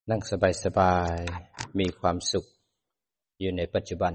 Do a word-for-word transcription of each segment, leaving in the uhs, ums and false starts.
นั่งสบายๆมีความสุขอยู่ในปัจจุบัน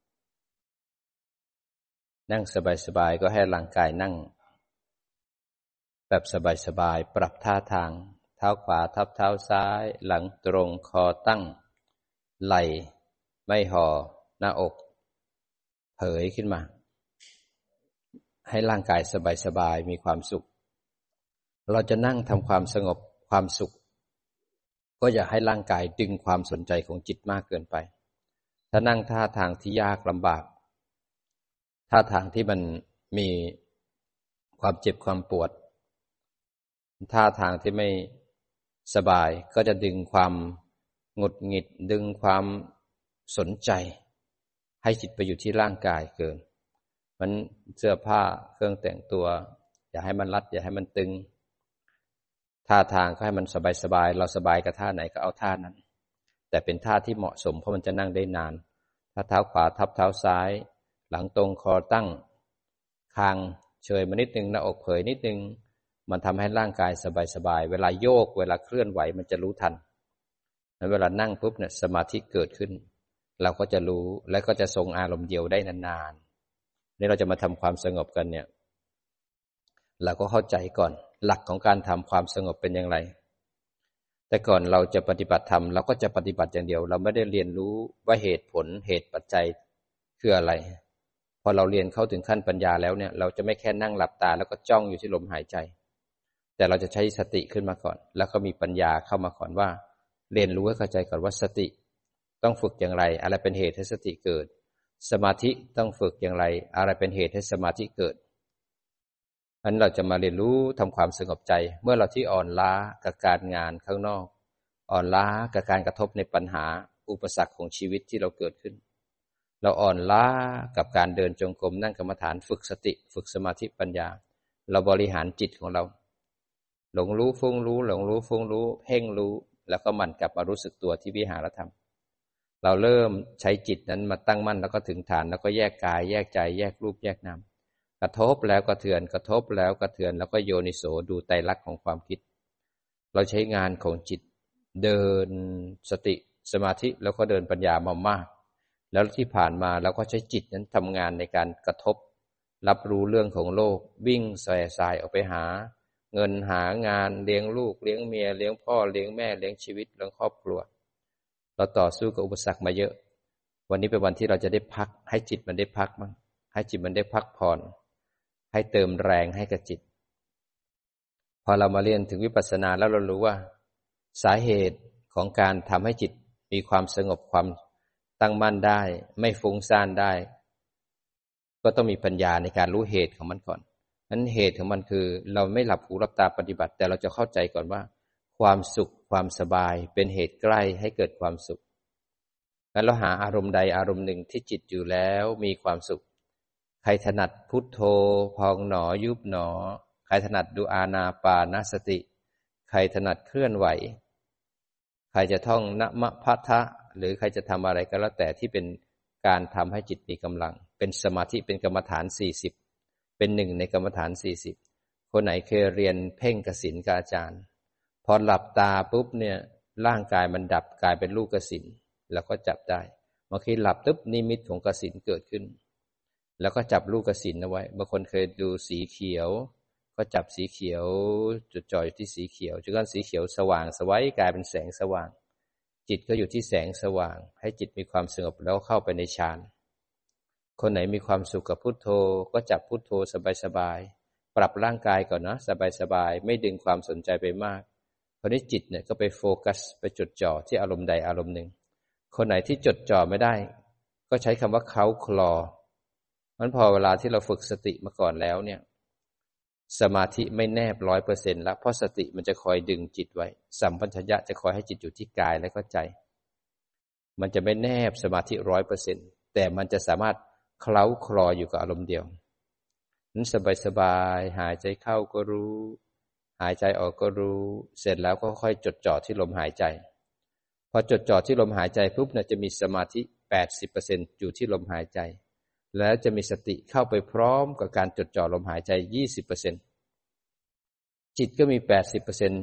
นั่งสบายๆก็ให้ร่างกายนั่งแบบสบายๆปรับท่าทางเท้าขวาทับเท้าซ้ายหลังตรงคอตั้งไหล่ไม่ห่อหน้าอกเผยขึ้นมาให้ร่างกายสบายๆมีความสุขเราจะนั่งทำความสงบความสุขก็อย่าให้ร่างกายดึงความสนใจของจิตมากเกินไปถ้านั่งท่าทางที่ยากลำบากท่าทางที่มันมีความเจ็บความปวดท่าทางที่ไม่สบายก็จะดึงความหงุดหงิดดึงความสนใจให้จิตไปอยู่ที่ร่างกายเกินมันเสื้อผ้าเครื่องแต่งตัวอย่าให้มันรัดอย่าให้มันตึงท่าทางก็ให้มันสบายๆเราสบายกับท่าไหนก็เอาท่านั้นแต่เป็นท่าที่เหมาะสมเพราะมันจะนั่งได้นานถ้าเท้าขวาทับเท้าซ้ายหลังตรงคอตั้งคางเฉยมานิดนึงหน้าอกเผยนิดนึงมันทำให้ร่างกายสบายๆเวลาโยกเวลาเคลื่อนไหวมันจะรู้ทันแล้วเวลานั่งปุ๊บเนี่ยสมาธิเกิดขึ้นเราก็จะรู้และก็จะทรงอารมณ์เดียวได้นานๆนี่เราจะมาทำความสงบกันเนี่ยเราก็เข้าใจก่อนหลักของการทำความสงบเป็นอย่างไรแต่ก่อนเราจะปฏิบัติธรรมเราก็จะปฏิบัติอย่างเดียวเราไม่ได้เรียนรู้ว่าเหตุผลเหตุปัจจัยคืออะไรพอเราเรียนเข้าถึงขั้นปัญญาแล้วเนี่ยเราจะไม่แค่นั่งหลับตาแล้วก็จ้องอยู่ที่ลมหายใจแต่เราจะใช้สติขึ้นมาก่อนแล้วก็มีปัญญาเข้ามาก่อนว่าเรียนรู้ให้เข้าใจก่อนว่าสติต้องฝึกอย่างไรอะไรเป็นเหตุให้สติเกิดสมาธิต้องฝึกอย่างไรอะไรเป็นเหตุให้สมาธิเกิดอันเราจะมาเรียนรู้ทำความสงบใจเมื่อเราที่อ่อนล้ากับการงานข้างนอกอ่อนล้ากับการกระทบในปัญหาอุปสรรคของชีวิตที่เราเกิดขึ้นเราอ่อนล้ากับการเดินจงกรมนั่งกรรมฐานฝึกสติฝึกสมาธิปัญญาเราบริหารจิตของเราหลงรู้ฟุ้งรู้หลงรู้ฟุ้งรู้เพ่งรู้แล้วก็มันกลับมารู้สึกตัวที่วิหารธรรมเราเริ่มใช้จิตนั้นมาตั้งมั่นแล้วก็ถึงฐานแล้วก็แยกกายแยกใจแยกรูปแยกนามกระทบแล้วกระเทือนกระทบแล้วกระเทือนแล้วก็โยนิโสดูไตรลักษณ์ของความคิดเราใช้งานของจิตเดินสติสมาธิแล้วก็เดินปัญญามามากแล้วที่ผ่านมาเราก็ใช้จิตนั้นทำงานในการกระทบรับรู้เรื่องของโลกวิ่งแส่สายออกไปหาเงินหางานเลี้ยงลูกเลี้ยงเมียเลี้ยงพ่อเลี้ยงแม่เลี้ยงชีวิตเลี้ยงครอบครัวเราต่อสู้กับอุปสรรคมาเยอะวันนี้เป็นวันที่เราจะได้พักให้จิตมันได้พักบ้างให้จิตมันได้พักผ่อนให้เติมแรงให้กับจิตพอเรามาเรียนถึงวิปัสสนาแล้วเรารู้ว่าสาเหตุของการทำให้จิตมีความสงบความตั้งมั่นได้ไม่ฟุ้งซ่านได้ก็ต้องมีปัญญาในการรู้เหตุของมันก่อนนั้นเหตุของมันคือเราไม่หลับหูหลับตาปฏิบัติแต่เราจะเข้าใจก่อนว่าความสุขความสบายเป็นเหตุใกล้ให้เกิดความสุขงั้นเราหาอารมณ์ใดอารมณ์หนึ่งที่จิตอยู่แล้วมีความสุขใครถนัดพุทโธพองหนอยุบหนอใครถนัดดูอานาปานสติใครถนัดเคลื่อนไหวใครจะท่องนะมะพะทะหรือใครจะทำอะไรก็แล้วแต่ที่เป็นการทำให้จิตมีกำลังเป็นสมาธิเป็นกรรมฐานสี่สิบเป็นหนึ่งในกรรมฐานสี่สิบคนไหนเคยเรียนเพ่งกสิณกับอาจารย์พอหลับตาปุ๊บเนี่ยร่างกายมันดับกลายเป็นลูกกสิณแล้วก็จับได้บางทีหลับตึ๊บนิมิตของกสิณเกิดขึ้นแล้วก็จับลูกกสิณเอาไว้บางคนเคยดูสีเขียวก็จับสีเขียวจุดจ่ออยู่ที่สีเขียวจนกระทั่งสีเขียวสว่างสวัยกลายเป็นแสงสว่างจิตก็อยู่ที่แสงสว่างให้จิตมีความสงบแล้วเข้าไปในฌานคนไหนมีความสุขกับพุทโธก็จับพุทโธสบายๆปรับร่างกายก่อนนะสบายๆไม่ดึงความสนใจไปมากคราวนี้จิตเนี่ยก็ไปโฟกัสไปจดจ่อที่อารมณ์ใดอารมณ์หนึ่งคนไหนที่จดจ่อไม่ได้ก็ใช้คำว่าเค้าคลอมันพอเวลาที่เราฝึกสติมาก่อนแล้วเนี่ยสมาธิไม่แนบ ร้อยเปอร์เซ็นต์ แล้วเพราะสติมันจะคอยดึงจิตไว้สัมปชัญญะจะคอยให้จิตอยู่ที่กายและก็ใจมันจะไม่แนบสมาธิ ร้อยเปอร์เซ็นต์ แต่มันจะสามารถเคล้าคลออยู่กับอารมณ์เดียวนั้นสบายๆหายใจเข้าก็รู้หายใจออกก็รู้เสร็จแล้วก็ค่อยจดจ่อที่ลมหายใจพอจดจ่อที่ลมหายใจปุ๊บเนี่ยจะมีสมาธิ แปดสิบเปอร์เซ็นต์ อยู่ที่ลมหายใจแล้วจะมีสติเข้าไปพร้อมกับการจดจ่อลมหายใจ ยี่สิบเปอร์เซ็นต์ จิตก็มี แปดสิบเปอร์เซ็นต์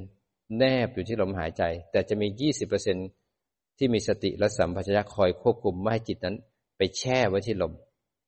แนบอยู่ที่ลมหายใจแต่จะมี ยี่สิบเปอร์เซ็นต์ ที่มีสติและสัมปชัญญะคอยควบคุมไม่ให้จิตนั้นไปแช่ไว้ที่ลม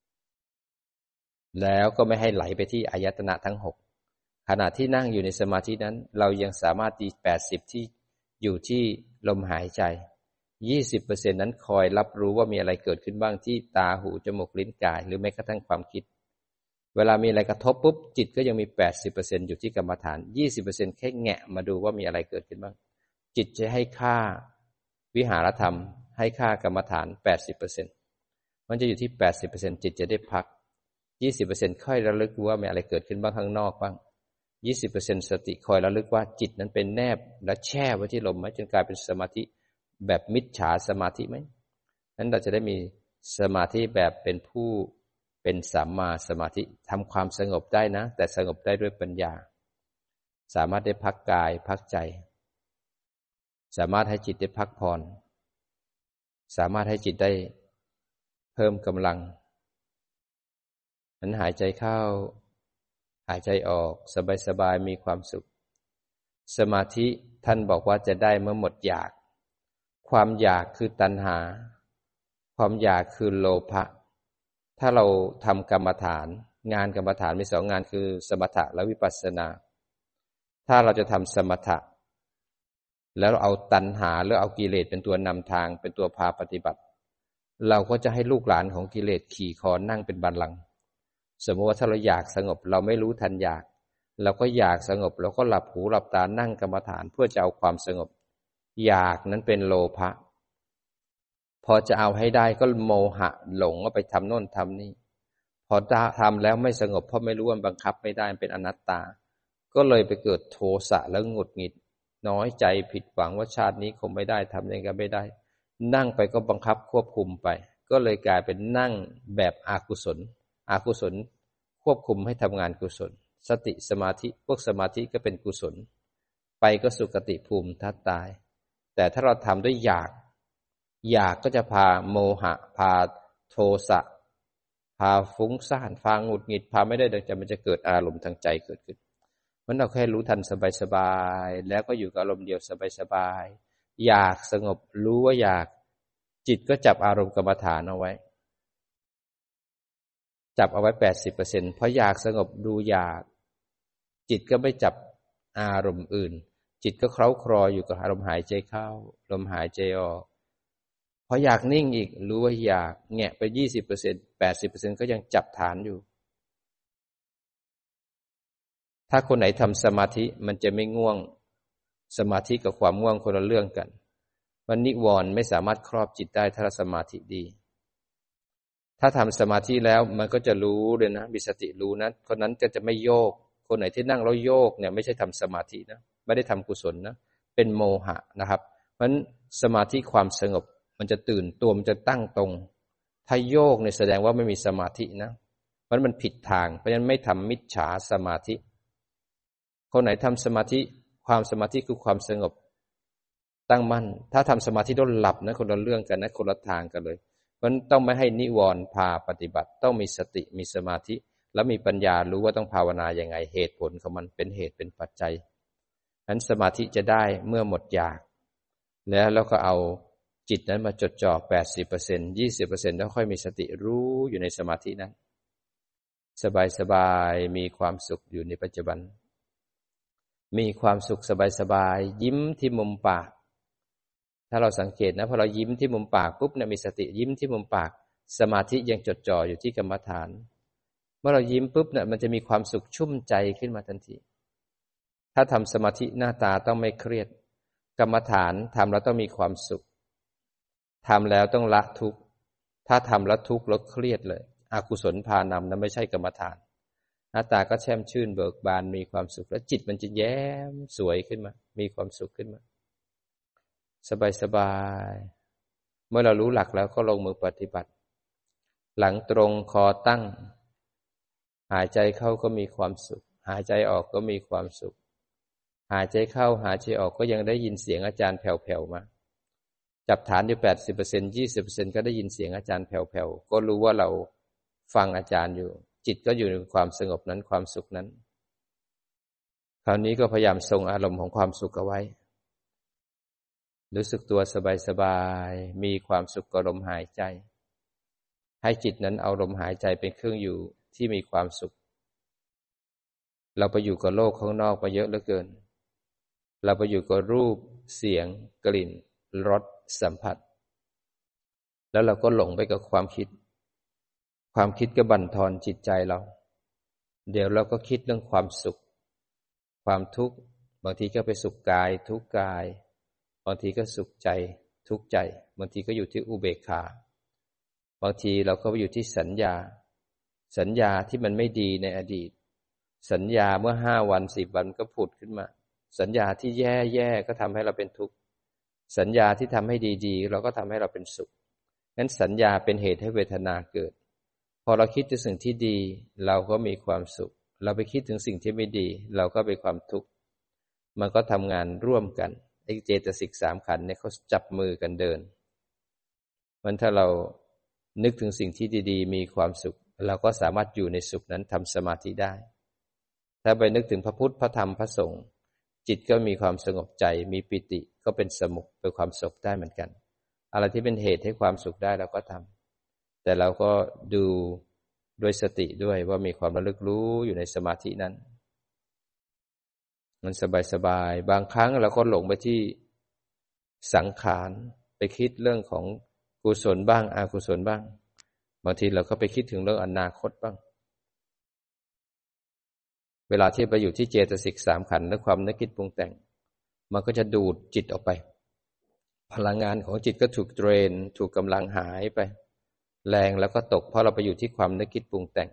แล้วก็ไม่ให้ไหลไปที่อายตนะทั้งหกขณะที่นั่งอยู่ในสมาธินั้นเรายังสามารถดีแปดสิบที่อยู่ที่ลมหายใจ ยี่สิบเปอร์เซ็นต์ นั้นคอยรับรู้ว่ามีอะไรเกิดขึ้นบ้างที่ตาหูจมูกลิ้นกายหรือแม้กระทั่งความคิดเวลามีอะไรกระทบปุ๊บจิตก็ยังมี แปดสิบเปอร์เซ็นต์ อยู่ที่กรรมฐาน ยี่สิบเปอร์เซ็นต์ แค่แงะมาดูว่ามีอะไรเกิดขึ้นบ้างจิตจะให้ค่าวิหารธรรมให้ค่ากรรมฐาน แปดสิบเปอร์เซ็นต์ มันจะอยู่ที่ แปดสิบเปอร์เซ็นต์ จิตจะได้พัก ยี่สิบเปอร์เซ็นต์ ค่อยระลึกว่ามีอะไรเกิดขึ้นบ้างข้างนอกบ้าง ยี่สิบเปอร์เซ็นต์ สติคอยระลึกว่าจิตนั้นเป็นแนบและแช่ไว้ที่ลมไหมจนกลายเป็นสมาธิแบบมิจฉาสมาธิไหมนั้นเราจะได้มีสมาธิแบบเป็นผู้เป็นสัมมาสมาธิทำความสงบได้นะแต่สงบได้ด้วยปัญญาสามารถได้พักกายพักใจสามารถให้จิตได้พักผ่อนสามารถให้จิตได้เพิ่มกำลังนั้นหายใจเข้าหายใจออกสบายๆมีความสุขสมาธิท่านบอกว่าจะได้เมื่อหมดอยากความอยากคือตัณหาความอยากคือโลภะถ้าเราทำกรรมฐานงานกรรมฐานมีสองงานคือสมถะและวิปัสสนาถ้าเราจะทำสมถะแล้วเราเอาตัณหาหรือเอากิเลสเป็นตัวนำทางเป็นตัวพาปฏิบัติเราก็จะให้ลูกหลานของกิเลสขี่คอนั่งเป็นบัลลังก์สมมติว่าถ้าเราอยากสงบเราไม่รู้ทันอยากเราก็อยากสงบเราก็หลับหูหลับตานั่งกรรมฐานเพื่อจะเอาความสงบอยากนั้นเป็นโลภะพอจะเอาให้ได้ก็โมหะหลงก็ไปทำโน่นทำนี่พอทำแล้วไม่สงบเพราะไม่รู้ว่าบังคับไม่ได้เป็นอนัตตาก็เลยไปเกิดโทสะแล้วหงุดหงิดน้อยใจผิดหวังว่าชาตินี้คงไม่ได้ทำยังไงก็ไม่ได้นั่งไปก็บังคับควบคุมไปก็เลยกลายเป็นนั่งแบบอกุศลอกุศลควบคุมให้ทำงานกุศลสติสมาธิพวกสมาธิก็เป็นกุศลไปก็สุคติภูมิทัดตายแต่ถ้าเราทำด้วยอยากอยากก็จะพาโมหะพาโทสะพาฟุ้งซ่านพาหงุดหงิดพาไม่ได้ดังใจมันจะเกิดอารมณ์ทางใจเกิดขึ้นมันเราแค่รู้ทันสบายๆแล้วก็อยู่กับอารมณ์เดียวสบายๆอยากสงบรู้ว่าอยากจิตก็จับอารมณ์กรรมฐานเอาไว้จับเอาไว้ แปดสิบเปอร์เซ็นต์ เพราะอยากสงบดูอยากจิตก็ไม่จับอารมณ์อื่นจิตก็เคล้าคลออยู่กับอารมณ์หายใจเข้าลมหายใจออกพออยากนิ่งอีกรู้ว่าอยากแงะไป ยี่สิบเปอร์เซ็นต์ แปดสิบเปอร์เซ็นต์ ก็ยังจับฐานอยู่ถ้าคนไหนทำสมาธิมันจะไม่ง่วงสมาธิกับความง่วงคนละเรื่องกันมันนิวรณ์ไม่สามารถครอบจิตได้ถ้าสมาธิดีถ้าทำสมาธิแล้วมันก็จะรู้เลยนะมีสติรู้นะคนนั้นก็จะไม่โยกคนไหนที่นั่งแล้วโยกเนี่ยไม่ใช่ทำสมาธินะไม่ได้ทำกุศลนะเป็นโมหะนะครับเพราะฉะนั้นสมาธิความสงบมันจะตื่นตัวมันจะตั้งตรงถ้าโยกเนี่ยแสดงว่าไม่มีสมาธินะเพราะมันผิดทางเพราะฉะนั้นไม่ทำมิจฉาสมาธิคนไหนทำสมาธิความสมาธิคือความสงบตั้งมั่นถ้าทำสมาธิแล้วหลับนะคนละเรื่องกันนะคนละทางกันเลยมันต้องไม่ให้นิวรณ์พาปฏิบัติต้องมีสติมีสมาธิแล้วมีปัญญารู้ว่าต้องภาวนาอย่างไงเหตุผลของมันเป็นเหตุเป็นปัจจัยนั้นสมาธิจะได้เมื่อหมดอยากแล้วเราก็เอาจิตนั้นมาจดจ่อ แปดสิบเปอร์เซ็นต์ ยี่สิบเปอร์เซ็นต์ แล้วค่อยมีสติรู้อยู่ในสมาธินั้นสบายๆมีความสุขอยู่ในปัจจุบันมีความสุขสบายๆยิ้มที่มุมปากถ้าเราสังเกตนะพอเรายิ้มที่มุมปากปุ๊บเนี่ยมีสติยิ้มที่มุมปากสมาธิยังจดจ่ออยู่ที่กรรมฐานเมื่อเรายิ้มปุ๊บเนี่ยมันจะมีความสุขชุ่มใจขึ้นมาทันทีถ้าทำสมาธิหน้าตาต้องไม่เครียดกรรมฐานทำแล้วต้องมีความสุขทำแล้วต้องละทุกข์ถ้าทำแล้วทุกข์แล้วเครียดเลยอกุศลพานำนั้นไม่ใช่กรรมฐานหน้าตาก็แช่มชื่นเบิกบานมีความสุขแล้วจิตมันจะแย้มสวยขึ้นมามีความสุขขึ้นมาสบายๆเมื่อเรารู้หลักแล้วก็ลงมือปฏิบัติหลังตรงคอตั้งหายใจเข้าก็มีความสุขหายใจออกก็มีความสุขหายใจเข้าหายใจออกก็ยังได้ยินเสียงอาจารย์แผ่วๆมาจับฐานอยู่ แปดสิบเปอร์เซ็นต์ ยี่สิบเปอร์เซ็นต์ ก็ได้ยินเสียงอาจารย์แผ่วๆก็รู้ว่าเราฟังอาจารย์อยู่จิตก็อยู่ในความสงบนั้นความสุขนั้นคราวนี้ก็พยายามทรงอารมณ์ของความสุขเอาไว้รู้สึกตัวสบายๆมีความสุขกับลมหายใจให้จิตนั้นเอาลมหายใจเป็นเครื่องอยู่ที่มีความสุขเราไปอยู่กับโลกข้างนอกมาเยอะเหลือเกินเราไปอยู่กับรูปเสียงกลิ่นรสสัมผัสแล้วเราก็หลงไปกับความคิดความคิดก็บั่นทอนจิตใจเราเดี๋ยวเราก็คิดเรื่องความสุขความทุกข์บางทีก็ไปสุขกายทุกข์กายบางทีก็สุขใจทุกข์ใจบางทีก็อยู่ที่อุเบกขาบางทีเราก็ไปอยู่ที่สัญญาสัญญาที่มันไม่ดีในอดีตสัญญาเมื่อห้าวันสิบวันก็ผุดขึ้นมาสัญญาที่แย่ๆก็ทำให้เราเป็นทุกข์สัญญาที่ทำให้ดีๆเราก็ทำให้เราเป็นสุขงั้นสัญญาเป็นเหตุให้เวทนาเกิดพอเราคิดถึงสิ่งที่ดีเราก็มีความสุขเราไปคิดถึงสิ่งที่ไม่ดีเราก็เป็นความทุกข์มันก็ทำงานร่วมกันไอ้เจตสิกสามขันธ์เนี่ยเขาจับมือกันเดินมันถ้าเรานึกถึงสิ่งที่ดีๆมีความสุขเราก็สามารถอยู่ในสุขนั้นทำสมาธิได้ถ้าไปนึกถึงพระพุทธพระธรรมพระสงฆ์จิตก็มีความสงบใจมีปิติก็เป็นสมุขเป็นความสุขได้เหมือนกันอะไรที่เป็นเหตุให้ความสุขได้เราก็ทำแต่เราก็ดูด้วยสติด้วยว่ามีความระลึกรู้อยู่ในสมาธินั้นมันสบายๆบางครั้งเราก็หลงไปที่สังขารไปคิดเรื่องของกุศลบ้างอกุศลบ้างบางทีเราก็ไปคิดถึงเรื่องอนาคตบ้างเวลาที่ไปอยู่ที่เจตสิกสามขันธ์และความนึกคิดปรุงแต่งมันก็จะดูดจิตออกไปพลังงานของจิตก็ถูกเดรนถูกกำลังหายไปแรงแล้วก็ตกเพราะเราไปอยู่ที่ความนึกคิดปรุงแต่ง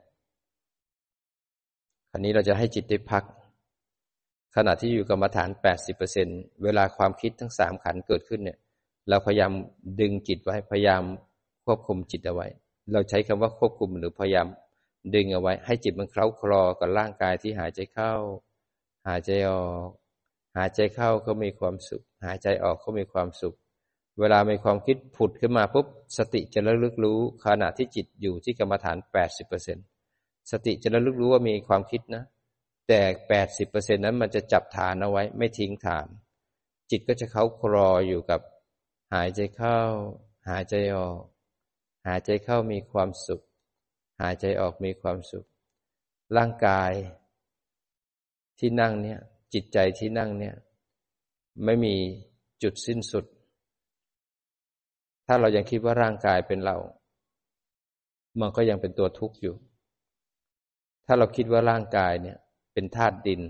คราวนี้เราจะให้จิตได้พักขณะที่อยู่กรรมฐาน แปดสิบเปอร์เซ็นต์ เวลาความคิดทั้งสามขันธ์เกิดขึ้นเนี่ยเราพยายามดึงจิตไว้พยายามควบคุมจิตเอาไว้เราใช้คำว่าควบคุมหรือพยายามดึงเอาไว้ให้จิตมันเคล้าคลอกับร่างกายที่หายใจเข้าหายใจออกหายใจเข้าก็มีความสุขหายใจออกก็มีความสุขเวลามีความคิดผุดขึ้นมาปุ๊บสติจะระลึกรู้ขณะที่จิตอยู่ที่กรรมฐาน แปดสิบเปอร์เซ็นต์ สติจะระลึกรู้ว่ามีความคิดนะแต่ แปดสิบเปอร์เซ็นต์ นั้นมันจะจับฐานเอาไว้ไม่ทิ้งฐานจิตก็จะเคล้าคลออยู่กับหายใจเข้าหายใจออกหายใจเข้ามีความสุขหายใจออกมีความสุขร่างกายที่นั่งเนี่ยจิตใจที่นั่งเนี่ยไม่มีจุดสิ้นสุดถ้าเรายังคิดว่าร่างกายเป็นเรามันก็ยังเป็นตัวทุกข์อยู่ถ้าเราคิดว่าร่างกายเนี่ยเป็นธาตุดิน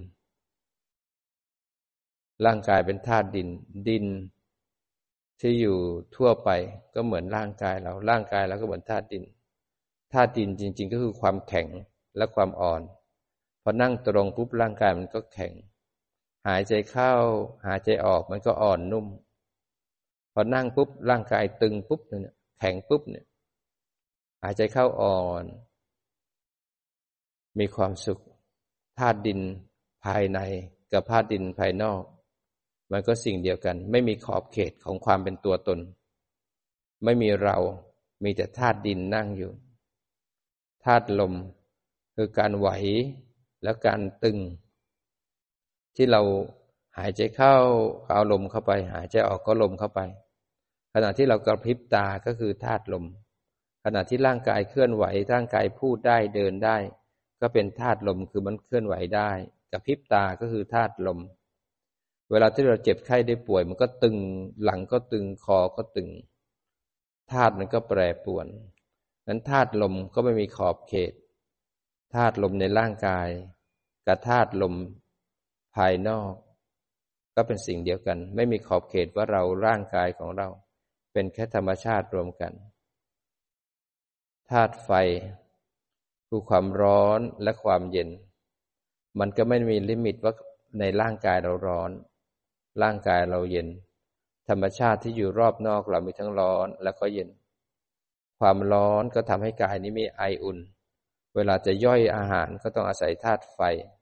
ร่างกายเป็นธาตุดินดินที่อยู่ทั่วไปก็เหมือนร่างกายเราร่างกายเราก็เหมือนธาตุดินธาตุดินจริงๆก็คือความแข็งและความอ่อนพอนั่งตรงปุ๊บร่างกายมันก็แข็งหายใจเข้าหายใจออกมันก็อ่อนนุ่มพอนั่งปุ๊บร่างกายตึงปุ๊บเนี่ยแข็งปุ๊บเนี่ยหายใจเข้าอ่อนมีความสุขธาตุดินภายในกับธาตุดินภายนอกมันก็สิ่งเดียวกันไม่มีขอบเขตของความเป็นตัวตนไม่มีเรามีแต่ธาตุดินนั่งอยู่ธาตุลมคือการไหวและการตึงที่เราหายใจเข้าเอาลมเข้าไปหายใจออกก็ลมเข้าไปขณะที่เรากระพริบตาก็คือธาตุลมขณะที่ร่างกายเคลื่อนไหวร่างกายพูดได้เดินได้ก็เป็นธาตุลมคือมันเคลื่อนไหวได้กระพริบตาก็คือธาตุลมเวลาที่เราเจ็บไข้ได้ป่วยมันก็ตึงหลังก็ตึงคอก็ตึงธาตุมันก็แปรปรวนนั้นธาตุลมก็ไม่มีขอบเขตธาตุลมในร่างกายกับธาตุลมภายนอกก็เป็นสิ่งเดียวกันไม่มีขอบเขตว่าเราร่างกายของเราเป็นแค่ธรรมชาติรวมกันธาตุไฟคือความร้อนและความเย็นมันก็ไม่มีลิมิตว่าในร่างกายเราร้อนร่างกายเราเย็นธรรมชาติที่อยู่รอบนอกเรามีทั้งร้อนและก็เย็นความร้อนก็ทำให้กายนี้มีไออุ่นเวลาจะย่อยอาหารก็ต้องอาศัยธาตุไฟ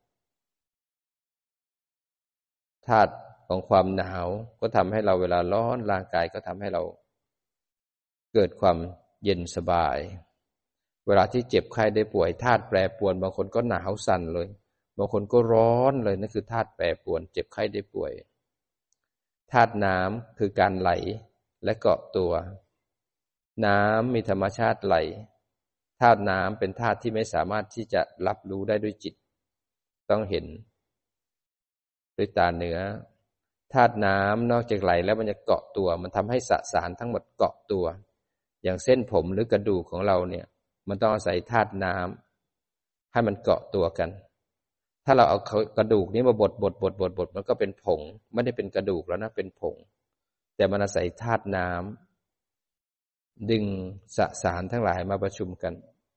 ธาตุของความหนาวก็ทำให้เราเวลาร้อนร่างกายก็ทำให้เราเกิดความเย็นสบายเวลาที่เจ็บไข้ได้ป่วยธาตุแปรปรวนบางคนก็หนาวสั่นเลยบางคนก็ร้อนเลยนั่นคือธาตุแปรปรวนเจ็บไข้ได้ป่วยธาตุน้ำคือการไหลและเกาะตัวน้ำมีธรรมชาติไหลธาตุน้ำเป็นธาตุที่ไม่สามารถที่จะรับรู้ได้ด้วยจิตต้องเห็นด้วยตาเนื้อธาตุน้ำนอกจากไหลแล้วมันจะเกาะตัวมันทำให้สสารทั้งหมดเกาะตัวอย่างเส้นผมหรือกระดูกของเราเนี่ยมันต้องอาศัยธาตุน้ำให้มันเกาะตัวกันถ้าเราเอากระดูกนี้มาบดบดบดบดบดมันก็เป็นผงไม่ได้เป็นกระดูกแล้วนะเป็นผงแต่มันอาศัยธาตุน้ำดึงสสารทั้งหลายมาประชุมกัน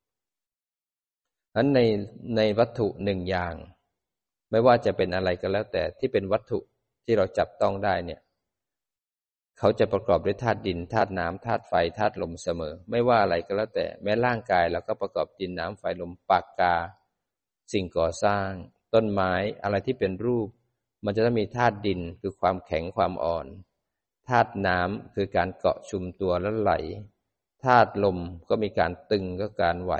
นั้นในในวัตถุหนึ่งอย่างไม่ว่าจะเป็นอะไรก็แล้วแต่ที่เป็นวัตถุที่เราจับต้องได้เนี่ยเขาจะประกอบด้วยธาตุดินธาตุน้ำธาตุไฟธาตุลมเสมอไม่ว่าอะไรก็แล้วแต่แม้ร่างกายเราก็ประกอบดินน้ำไฟลมปากกาสิ่งก่อสร้างต้นไม้อะไรที่เป็นรูปมันจะต้องมีธาตุดินคือความแข็งความอ่อนธาตุน้ำคือการเกาะชุมตัวและไหลธาตุลมก็มีการตึงก็การไหว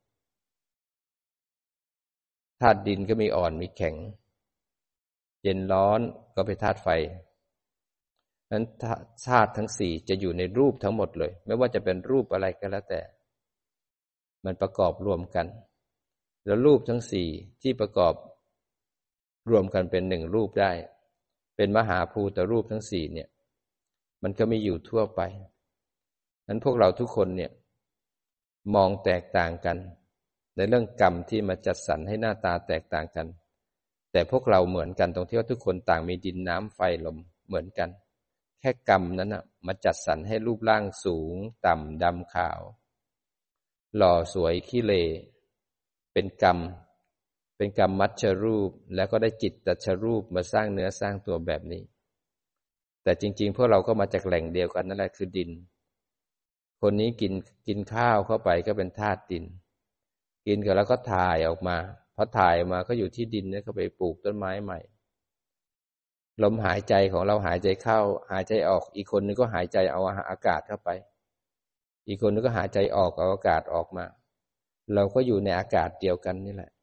ธาตุดินก็มีอ่อนมีแข็งเย็นร้อนก็เป็นธาตุไฟนั้นธาตุทั้งสี่จะอยู่ในรูปทั้งหมดเลยไม่ว่าจะเป็นรูปอะไรก็แล้วแต่มันประกอบรวมกันแล้วรูปทั้งสี่ที่ประกอบรวมกันเป็นหนึ่งรูปได้เป็นมหาภูตรูปทั้งสี่เนี่ยมันก็มีอยู่ทั่วไปนั้นพวกเราทุกคนเนี่ยมองแตกต่างกันในเรื่องกรรมที่มาจัดสรรให้หน้าตาแตกต่างกันแต่พวกเราเหมือนกันตรงที่ว่าทุกคนต่างมีดินน้ำไฟลมเหมือนกันแค่กรรมนั้นน่ะมาจัดสรรให้รูปร่างสูงต่ำดำขาวหล่อสวยขี้เหร่เป็นกรรมเป็นกรรมมัจฉรูปแล้วก็ได้จิตตัจฉรูปมาสร้างเนื้อสร้างตัวแบบนี้แต่จริงๆพวกเราก็มาจากแหล่งเดียวกันนั่นแหละคือดินคนนี้กินกินข้าวเข้าไปก็เป็นธาตุดินกินกันแล้วก็ถ่ายออกมาพอถ่ายออกมาก็อยู่ที่ดินเนี่ยก็ไปปลูกต้นไม้ใหม่ลมหายใจของเราหายใจเข้าหายใจออกอีกคนนึงก็หายใจเอาอากาศเข้าไปอีกคนนึงก็หายใจออกเอาอากาศออกมาเราก็อยู่ในอากาศเดียวกันนี่แหละ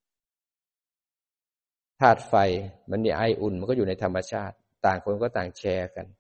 ธาตุไฟมันมีไออุ่นมันก็อยู่ในธรรมชาติต่างคนก็ต่างแชร์กัน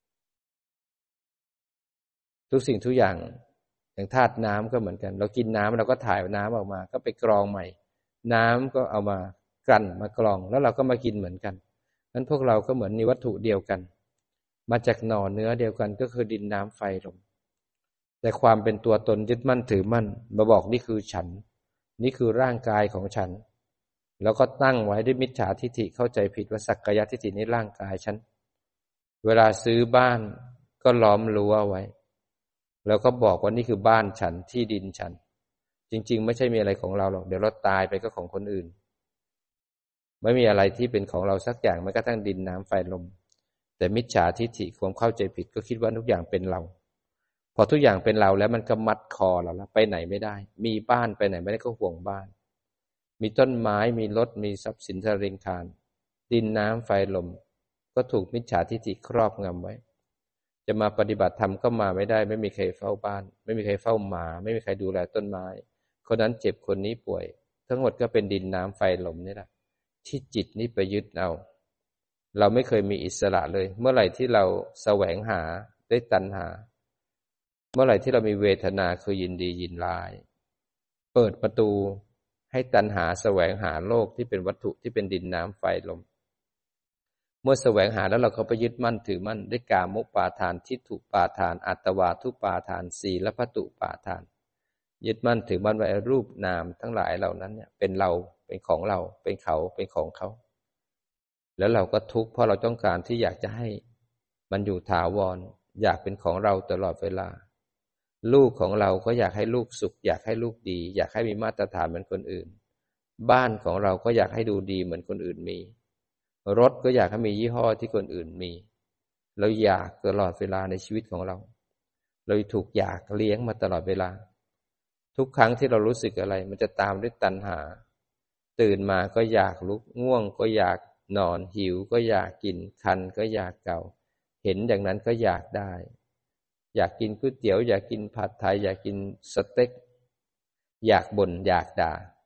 ทุกสิ่งทุกอย่างอย่างธาตุน้ำก็เหมือนกันเรากินน้ำเราก็ถ่ายน้ำออกมาก็ไปกรองใหม่น้ำก็เอามากลั่นมากรองแล้วเราก็มากินเหมือนกันนั้นพวกเราก็เหมือนมีวัตถุเดียวกันมาจากหน่อเนื้อเดียวกันก็คือดินน้ำไฟลมแต่ความเป็นตัวตนยึดมั่นถือมั่นมาบอกนี่คือฉันนี่คือร่างกายของฉันแล้วก็ตั้งไว้ด้วยมิจฉาทิฏฐิเข้าใจผิดว่าสักกายทิฏฐินี้ร่างกายฉันเวลาซื้อบ้านก็ล้อมรั้วไว้แล้วก็บอกว่านี่คือบ้านฉันที่ดินฉันจริงๆไม่ใช่มีอะไรของเราหรอกเดี๋ยวเราตายไปก็ของคนอื่นไม่มีอะไรที่เป็นของเราสักอย่างแม้กระทั่งดินน้ำไฟลมแต่มิจฉาทิฏฐิความเข้าใจผิดก็คิดว่าทุกอย่างเป็นเราพอทุกอย่างเป็นเราแล้วมันก็มัดคอเราแล้วไปไหนไม่ได้มีบ้านไปไหนไม่ได้ก็ห่วงบ้านมีต้นไม้มีรถมีทรัพย์สินสริงคารดินน้ำไฟลมก็ถูกมิจฉาทิฏฐิครอบงำไว้จะมาปฏิบัติธรรมก็มาไม่ได้ไม่มีใครเฝ้าบ้านไม่มีใครเฝ้าหมาไม่มีใครดูแลต้นไม้คนนั้นเจ็บคนนี้ป่วยทั้งหมดก็เป็นดินน้ำไฟลมนี่แหละที่จิตนี้ไปยึดเอาเราไม่เคยมีอิสระเลยเมื่อไหร่ที่เราแสวงหาได้ตัณหาเมื่อไหร่ที่เรามีเวทนาคือยินดียินร้ายเปิดประตูให้ตัณหาแสวงหาโลกที่เป็นวัตถุที่เป็นดินน้ำไฟลมเมื่อแสวงหาแล้วเราก็ไปยึดมั่นถือมั่นด้วยกามุปาทานทิฏฐุปาทานอัตวาทุปาทานศีลพัตตุปาทานยึดมั่นถือมั่นว่ารูปนามทั้งหลายเหล่านั้นเนี่ยเป็นเราเป็นของเราเป็นเขาเป็นของเขาแล้วเราก็ทุกข์เพราะเราต้องการที่อยากจะให้มันอยู่ถาวรอยากเป็นของเราตลอดเวลาลูกของเราก็อยากให้ลูกสุขอยากให้ลูกดีอยากให้มีมาตรฐานเหมือนคนอื่นบ้านของเราก็อยากให้ดูดีเหมือนคนอื่นมีรถก็อยากให้มียี่ห้อที่คนอื่นมีเราอยากตลอดเวลาในชีวิตของเราเราถูกอยากเลี้ยงมาตลอดเวลาทุกครั้งที่เรารู้สึกอะไรมันจะตามด้วยตัณหาตื่นมาก็อยากลุกง่วงก็อยากนอนหิวก็อยากกินคันก็อยากเกาเห็นอย่างนั้นก็อยากได้อยากกินก๋วยเตี๋ยวอยากกินผัดไทยอยากกินสเต็กอยากบ่นอยากด่า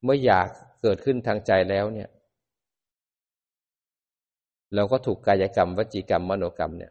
เมื่ออยากเกิดขึ้นทางใจแล้วเนี่ยเราก็ถูกกายกรรมวจีกรรมมโนกรรมเนี่ย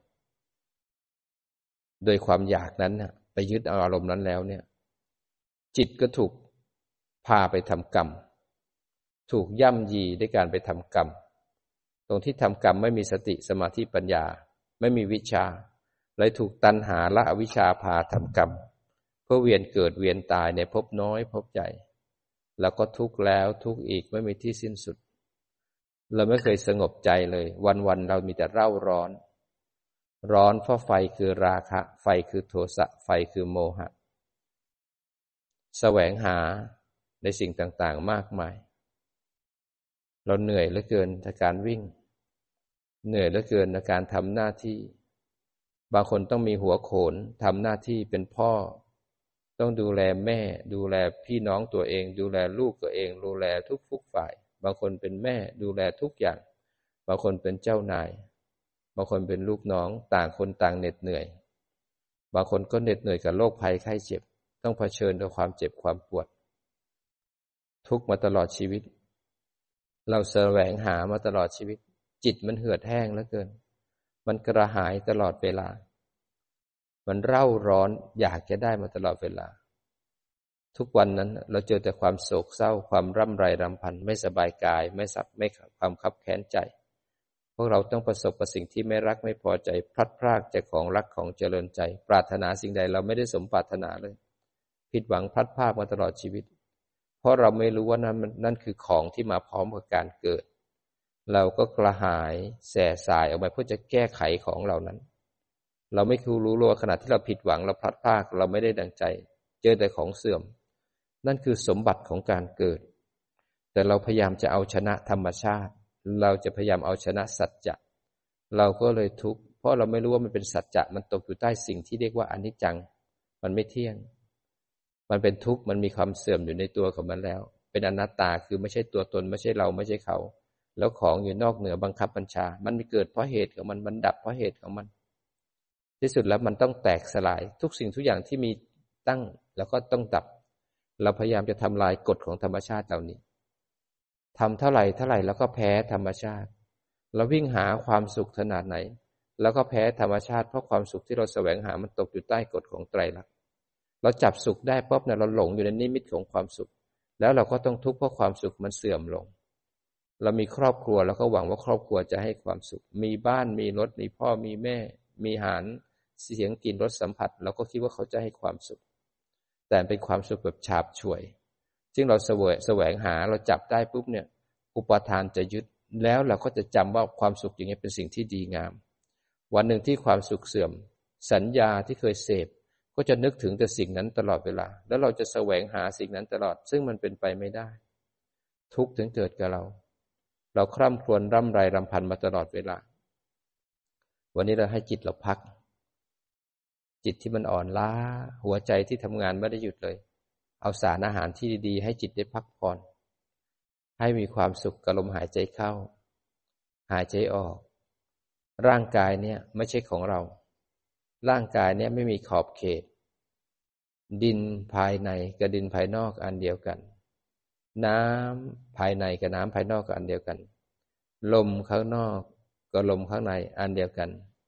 โดยความอยากนั้นน่ะไปยึดเอาอารมณ์นั้นแล้วเนี่ยจิตก็ถูกพาไปทำกรรมถูกย่ำยีด้วยการไปทำกรรมตรงที่ทำกรรมไม่มีสติสมาธิปัญญาไม่มีวิชาเลยถูกตัณหาและอวิชชาพาทำกรรมเพื่อเวียนเกิดเวียนตายในภพน้อยภพใหญ่แล้วก็ทุกข์แล้วทุกข์อีกไม่มีที่สิ้นสุดเราไม่เคยสงบใจเลยวันๆเรามีแต่เร่าร้อนร้อนเพราะไฟคือราคะไฟคือโทสะไฟคือโมหะแสวงหาในสิ่งต่างๆมากมายเราเหนื่อยเหลือเกินในการวิ่งเหนื่อยเหลือเกินในการทำหน้าที่บางคนต้องมีหัวโขนทำหน้าที่เป็นพ่อต้องดูแลแม่ดูแลพี่น้องตัวเองดูแลลูกตัวเองดูแลทุกๆฝ่ายบางคนเป็นแม่ดูแลทุกอย่างบางคนเป็นเจ้านายบางคนเป็นลูกน้องต่างคนต่างเหน็ดเหนื่อยบางคนก็เหน็ดเหนื่อยกับโรคภัยไข้เจ็บต้องเผชิญกับความเจ็บความปวดทุกข์มาตลอดชีวิตเราแสวงหามาตลอดชีวิตจิตมันเหือดแห้งเหลือเกินมันกระหายตลอดเวลามันเร่าร้อนอยากจะได้มาตลอดเวลาทุกวันนั้นเราเจอแต่ความโศกเศร้าความร่ำไรรำพันไม่สบายกายไม่สับไม่ความคับแค้นใจพวกเราต้องประสบกับสิ่งที่ไม่รักไม่พอใจพลัดพรากจากของรักของเจริญใจปรารถนาสิ่งใดเราไม่ได้สมปรารถนาเลยผิดหวังพลัดพรากมาตลอดชีวิตเพราะเราไม่รู้ว่านั่นนั่นคือของที่มาพร้อมกับการเกิดเราก็กระหายแส่สายออกมาเพื่อจะแก้ไขของเหล่านั้นเราไม่คือรู้ว่าขณะที่เราผิดหวังเราพลัดพรากเราไม่ได้ดังใจเจอแต่ของเสื่อมนั่นคือสมบัติของการเกิดแต่เราพยายามจะเอาชนะธรรมชาติเราจะพยายามเอาชนะสัจจะเราก็เลยทุกข์เพราะเราไม่รู้ว่ามันเป็นสัจจะมันตกอยู่ใต้สิ่งที่เรียกว่าอนิจจังมันไม่เที่ยงมันเป็นทุกข์มันมีความเสื่อมอยู่ในตัวของมันแล้วเป็นอนัตตาคือไม่ใช่ตัวตนไม่ใช่เราไม่ใช่เขาแล้วของอยู่นอกเหนือบังคับบัญชามันมีเกิดเพราะเหตุของมันมันดับเพราะเหตุของมันที่สุดแล้วมันต้องแตกสลายทุกสิ่งทุกอย่างที่มีตั้งแล้วก็ต้องดับเราพยายามจะทำลายกฎของธรรมชาติเหล่านี้ทำเท่าไหร่เท่าไหร่แล้วก็แพ้ธรรมชาติเราวิ่งหาความสุขขนาดไหนแล้วก็แพ้ธรรมชาติเพราะความสุขที่เราแสวงหามันตกอยู่ใต้กฎของไตรลักษณ์เราจับสุขได้ปุ๊บเนี่ยเราหลงอยู่ในนิมิตของความสุขแล้วเราก็ต้องทุกข์เพราะความสุขมันเสื่อมลงเรามีครอบครัวแล้วก็หวังว่าครอบครัวจะให้ความสุขมีบ้านมีรถมีพ่อมีแม่มีอาหารเสียงกลิ่นรสสัมผัสเราก็คิดว่าเขาจะให้ความสุขแต่เป็นความสุขแบบฉาบฉวยซึ่งเราแสวงแสวงหาเราจับได้ปุ๊บเนี่ยอุปทานจะยึดแล้วเราก็จะจำว่าความสุขอย่างนี้เป็นสิ่งที่ดีงามวันหนึ่งที่ความสุขเสื่อมสัญญาที่เคยเสพก็จะนึกถึงแต่สิ่งนั้นตลอดเวลาแล้วเราจะแสวงหาสิ่งนั้นตลอดซึ่งมันเป็นไปไม่ได้ทุกข์ถึงเกิดกับเราเราคร่ำครวญร่ำไรรำพันมาตลอดเวลาวันนี้เราให้จิตเราพักจิตที่มันอ่อนล้าหัวใจที่ทำงานไม่ได้หยุดเลยเอาสารอาหารที่ดีๆให้จิตได้พักผ่อนให้มีความสุขกับลมหายใจเข้าหายใจออกร่างกายเนี่ยไม่ใช่ของเราร่างกายเนี่ยไม่มีขอบเขตดินภายในกับดินภายนอกอันเดียวกันน้ำภายในกับน้ำภายนอกก็อันเดียวกันลมข้างนอกกับลมข้างในอันเดียวกัน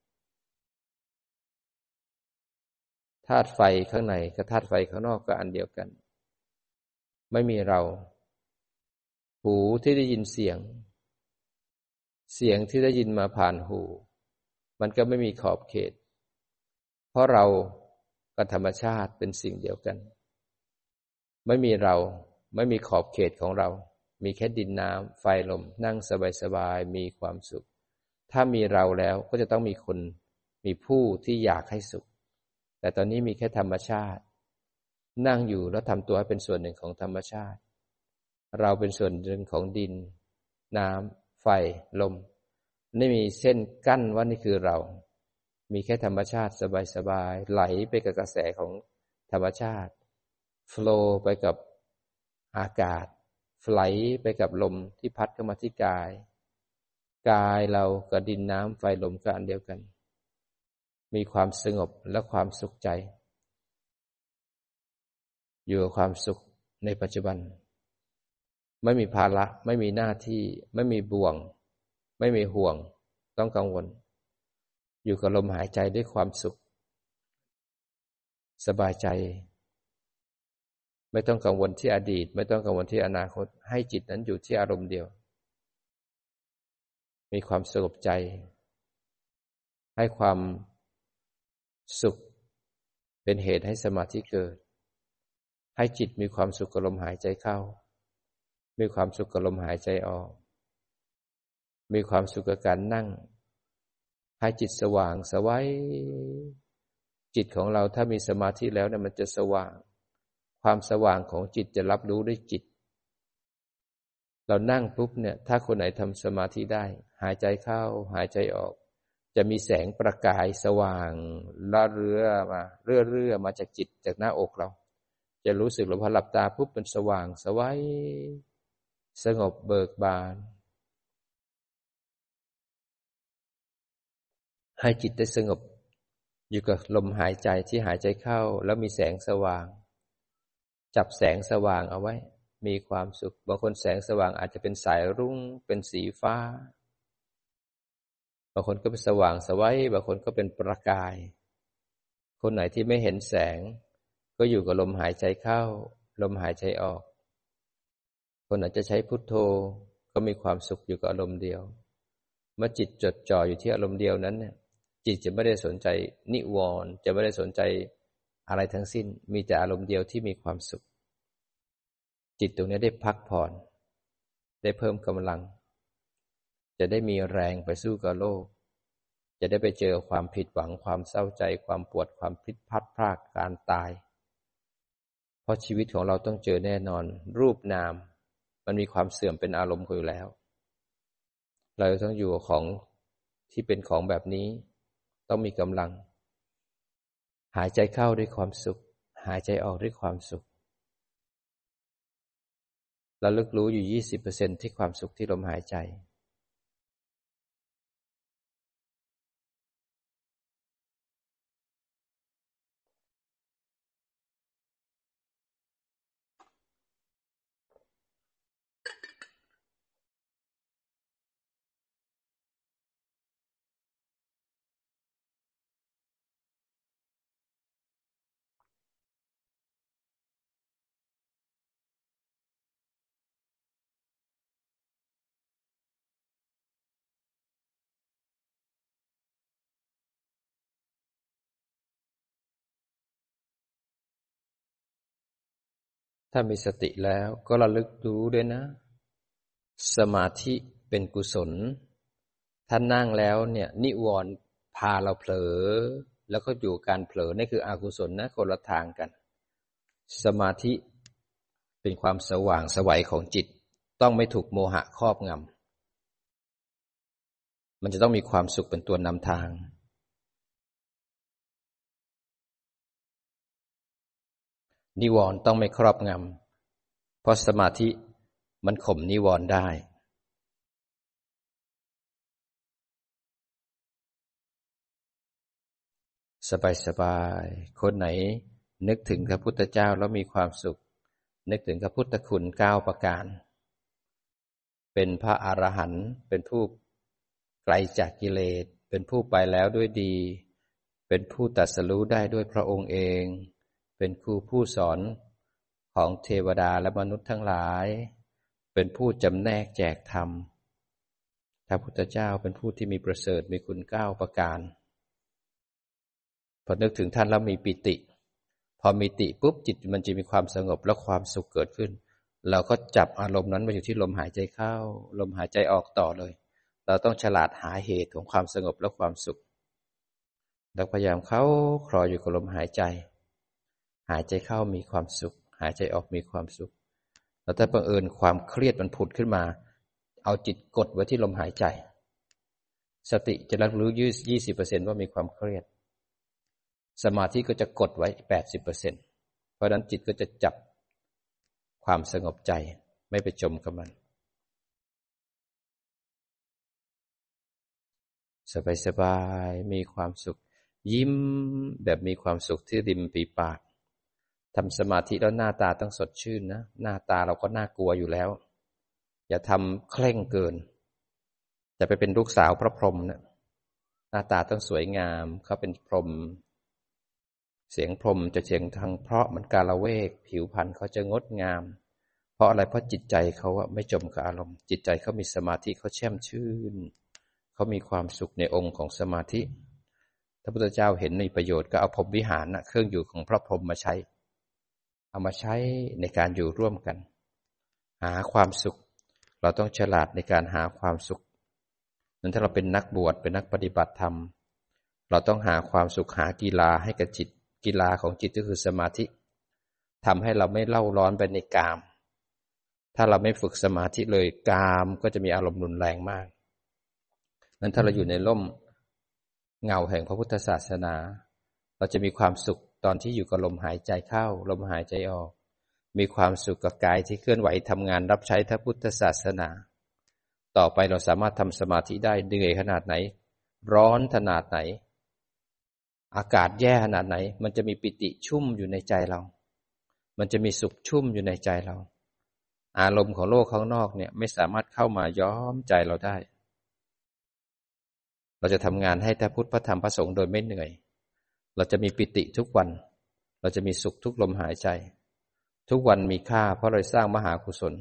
ธาตุไฟข้างในกับธาตุไฟข้างนอกก็อันเดียวกันไม่มีเราหูที่ได้ยินเสียงเสียงที่ได้ยินมาผ่านหูมันก็ไม่มีขอบเขตเพราะเรากับธรรมชาติเป็นสิ่งเดียวกันไม่มีเราไม่มีขอบเขตของเรามีแค่ดินน้ำไฟลมนั่งสบายๆมีความสุขถ้ามีเราแล้วก็จะต้องมีคนมีผู้ที่อยากให้สุขแต่ตอนนี้มีแค่ธรรมชาตินั่งอยู่แล้วทำตัวให้เป็นส่วนหนึ่งของธรรมชาติเราเป็นส่วนหนึ่งของดินน้ำไฟลมไม่มีเส้นกั้นว่านี่คือเรามีแค่ธรรมชาติสบายๆไหลไปกับกระแสของธรรมชาติโฟลว์ไปกับอากาศไหลไปกับลมที่พัดเข้ามาที่กายกายเรากับดินน้ำไฟลมก็อันเดียวกันมีความสงบและความสุขใจอยู่กับความสุขในปัจจุบันไม่มีภาระไม่มีหน้าที่ไม่มีบ่วงไม่มีห่วงต้องกังวลอยู่กับลมหายใจด้วยความสุขสบายใจไม่ต้องกังวลที่อดีตไม่ต้องกังวลที่อนาคตให้จิตนั้นอยู่ที่อารมณ์เดียวมีความสงบใจให้ความสุขเป็นเหตุให้สมาธิเกิดให้จิตมีความสุขกับลมหายใจเข้ามีความสุขกับลมหายใจออกมีความสุขกับการนั่งให้จิตสว่างสวัยจิตของเราถ้ามีสมาธิแล้วเนี่ยมันจะสว่างความสว่างของจิตจะรับรู้ด้วยจิตเรานั่งปุ๊บเนี่ยถ้าคนไหนทำสมาธิได้หายใจเข้าหายใจออกจะมีแสงประกายสว่างล่าเรือมาเรื่อเรื่อมาจากจิตจากหน้าอกเราจะรู้สึกว่าพอหลับตาปุ๊บมันสว่างสวัยสงบเบิกบานให้จิตได้สงบอยู่กับลมหายใจที่หายใจเข้าแล้วมีแสงสว่างจับแสงสว่างเอาไว้มีความสุขบางคนแสงสว่างอาจจะเป็นสายรุ้งเป็นสีฟ้าบางคนก็เป็นสว่างสวัยบางคนก็เป็นประกายคนไหนที่ไม่เห็นแสงก็อยู่กับลมหายใจเข้าลมหายใจออกคนอาจจะใช้พุทโธก็มีความสุขอยู่กับอารมณ์เดียวเมื่อจิตจดจ่ออยู่ที่อารมณ์เดียวนั้นเนี่ยจิตจะไม่ได้สนใจนิวรณ์จะไม่ได้สนใจอะไรทั้งสิ้นมีแต่อารมณ์เดียวที่มีความสุขจิตตรงนี้ได้พักผ่อนได้เพิ่มกำลังจะได้มีแรงไปสู้กับโลกจะได้ไปเจอความผิดหวังความเศร้าใจความปวดความพลิดพลัดพรากการตายเพราะชีวิตของเราต้องเจอแน่นอนรูปนามมันมีความเสื่อมเป็นอารมณ์อยู่แล้วเราต้องอยู่กับของที่เป็นของแบบนี้ต้องมีกำลังหายใจเข้าด้วยความสุขหายใจออกด้วยความสุขเราลึกรู้อยู่ ยี่สิบเปอร์เซ็นต์ ที่ความสุขที่ลมหายใจถ้ามีสติแล้วก็ระลึกรู้ด้วยนะสมาธิเป็นกุศลถ้านั่งแล้วเนี่ยนิวรณ์พาเราเผลอแล้วก็อยู่การเผลอนี่คืออกุศลนะคนละทางกันสมาธิเป็นความสว่างไสวของจิตต้องไม่ถูกโมหะครอบงำมันจะต้องมีความสุขเป็นตัวนำทางนิวรณ์ต้องไม่ครอบงำเพราะสมาธิมันข่มนิวรณ์ได้สบายๆคนไหนนึกถึงพระพุทธเจ้าแล้วมีความสุขนึกถึงพระพุทธคุณเก้าประการเป็นพระอรหันต์เป็นผู้ไกลจากกิเลสเป็นผู้ไปแล้วด้วยดีเป็นผู้ตรัสรู้ได้ด้วยพระองค์เองเป็นครูผู้สอนของเทวดาและมนุษย์ทั้งหลายเป็นผู้จำแนกแจกธรรมพระพุทธเจ้าเป็นผู้ที่มีประเสริฐมีคุณเก้าประการพอนึกถึงท่านแล้วมีปิติพอมีติปุ๊บจิตมันจะมีความสงบและความสุขเกิดขึ้นเราก็จับอารมณ์นั้นมาอยู่ที่ลมหายใจเข้าลมหายใจออกต่อเลยเราต้องฉลาดหาเหตุของความสงบและความสุขเราพยายามเข้าคลออยู่กับลมหายใจหายใจเข้ามีความสุขหายใจออกมีความสุขแล้วถ้าบังเอิญความเครียดมันผุดขึ้นมาเอาจิตกดไว้ที่ลมหายใจสติจะรับรู้ ยี่สิบเปอร์เซ็นต์ ว่ามีความเครียดสมาธิก็จะกดไว้ แปดสิบเปอร์เซ็นต์ เพราะฉะนั้นจิตก็จะจับความสงบใจไม่ไปจมกับมันสบายๆมีความสุขยิ้มแบบมีความสุขที่ริมฝีปากทำสมาธิแล้วหน้าตาต้องสดชื่นนะหน้าตาเราก็น่ากลัวอยู่แล้วอย่าทำเคร่งเกินจะไปเป็นลูกสาวพระพรหมเนี่ยหน้าตาต้องสวยงามเขาเป็นพรหมเสียงพรหมจะเสียงทางเพราะเหมือนกาละเวกผิวพรรณเขาจะงดงามเพราะอะไรเพราะจิตใจเขาอะไม่จมกับอารมณ์จิตใจเขามีสมาธิเขาแช่มชื่นเขามีความสุขในองค์ของสมาธิพระพุทธเจ้าเห็นในประโยชน์ก็เอาพรหมวิหารนะเครื่องอยู่ของพระพรหมมาใช้เอามาใช้ในการอยู่ร่วมกันหาความสุขเราต้องฉลาดในการหาความสุขนั้นถ้าเราเป็นนักบวชเป็นนักปฏิบัติธรรมเราต้องหาความสุขหากีฬาให้กับจิตกีฬาของจิตก็คือสมาธิทำให้เราไม่เล่าร้อนไปในกามถ้าเราไม่ฝึกสมาธิเลยกามก็จะมีอารมณ์รุนแรงมากนั้นถ้าเราอยู่ในร่มเงาแห่งพระพุทธศาสนาเราจะมีความสุขตอนที่อยู่กับลมหายใจเข้าลมหายใจออกมีความสุขกับกายที่เคลื่อนไหวทำงานรับใช้พระพุทธศาสนาต่อไปเราสามารถทำสมาธิได้เหนื่อยขนาดไหนร้อนขนาดไหนอากาศแย่ขนาดไหนมันจะมีปิติชุ่มอยู่ในใจเรามันจะมีสุขชุ่มอยู่ในใจเราอารมณ์ของโลกข้างนอกเนี่ยไม่สามารถเข้ามาย้อมใจเราได้เราจะทำงานให้พระพุทธพระธรรมพระสงฆ์โดยไม่เหนื่อยเราจะมีปิติทุกวันเราจะมีสุขทุกลมหายใจทุกวันมีค่าเพราะเราสร้างมหากุศล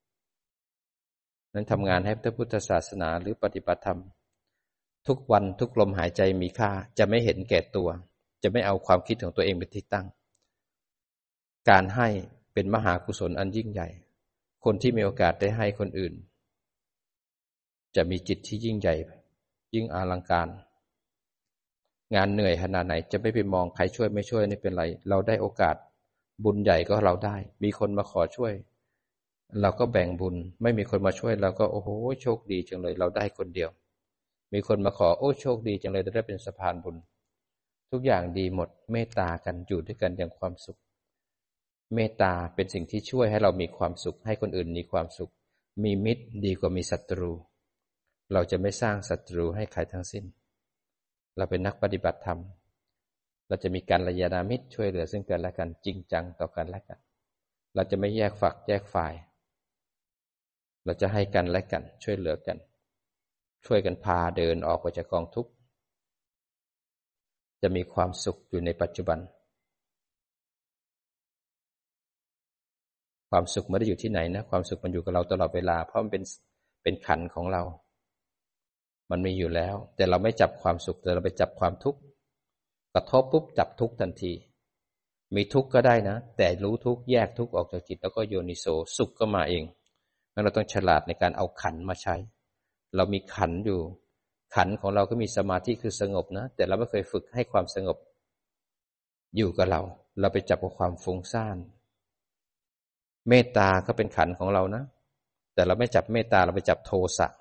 นั้นทำงานให้พระพุทธศาสนาหรือปฏิบัติธรรมทุกวันทุกลมหายใจมีค่าจะไม่เห็นแก่ตัวจะไม่เอาความคิดของตัวเองเป็นที่ตั้งการให้เป็นมหากุศลอันยิ่งใหญ่คนที่มีโอกาสได้ให้คนอื่นจะมีจิตที่ยิ่งใหญ่ยิ่งอลังการงานเหนื่อยขนาดไหนจะไม่ไปมองใครช่วยไม่ช่วยนี่เป็นไรเราได้โอกาสบุญใหญ่ก็เราได้มีคนมาขอช่วยเราก็แบ่งบุญไม่มีคนมาช่วยเราก็โอ้โหโชคดีจังเลยเราได้คนเดียวมีคนมาขอโอ้โชคดีจังเลยได้เป็นสะพานบุญทุกอย่างดีหมดเมตตากันอยู่ด้วยกันอย่างความสุขเมตตาเป็นสิ่งที่ช่วยให้เรามีความสุขให้คนอื่นมีความสุขมีมิตรดีกว่ามีศัตรูเราจะไม่สร้างศัตรูให้ใครทั้งสิ้นเราเป็นนักปฏิบัติธรรมเราจะมีการกัลยาณมิตรช่วยเหลือซึ่งกันและกันจริงจังต่อกันและกันเราจะไม่แยกฝักแยกฝ่ายเราจะให้กันและกันช่วยเหลือกันช่วยกันพาเดินออกไปจากกองทุกข์จะมีความสุขอยู่ในปัจจุบันความสุขไม่ได้อยู่ที่ไหนนะความสุขมันอยู่กับเราตลอดเวลาเพราะมันเป็นเป็นขันธ์ของเรามันมีอยู่แล้วแต่เราไม่จับความสุขแต่เราไปจับความทุกข์กระทบปุ๊บจับทุกข์ทันทีมีทุกข์ก็ได้นะแต่รู้ทุกข์แยกทุกข์ออกจากจิตแล้วก็โยนิโสสุขก็มาเองงั้นเราต้องฉลาดในการเอาขันธ์มาใช้เรามีขันธ์อยู่ขันธ์ของเราก็มีสมาธิคือสงบนะแต่เราไม่เคยฝึกให้ความสงบอยู่กับเราเราไปจับกับความฟุ้งซ่านเมตตาก็เป็นขันธ์ของเรานะแต่เราไม่จับเมตตาเราไปจับโทสะ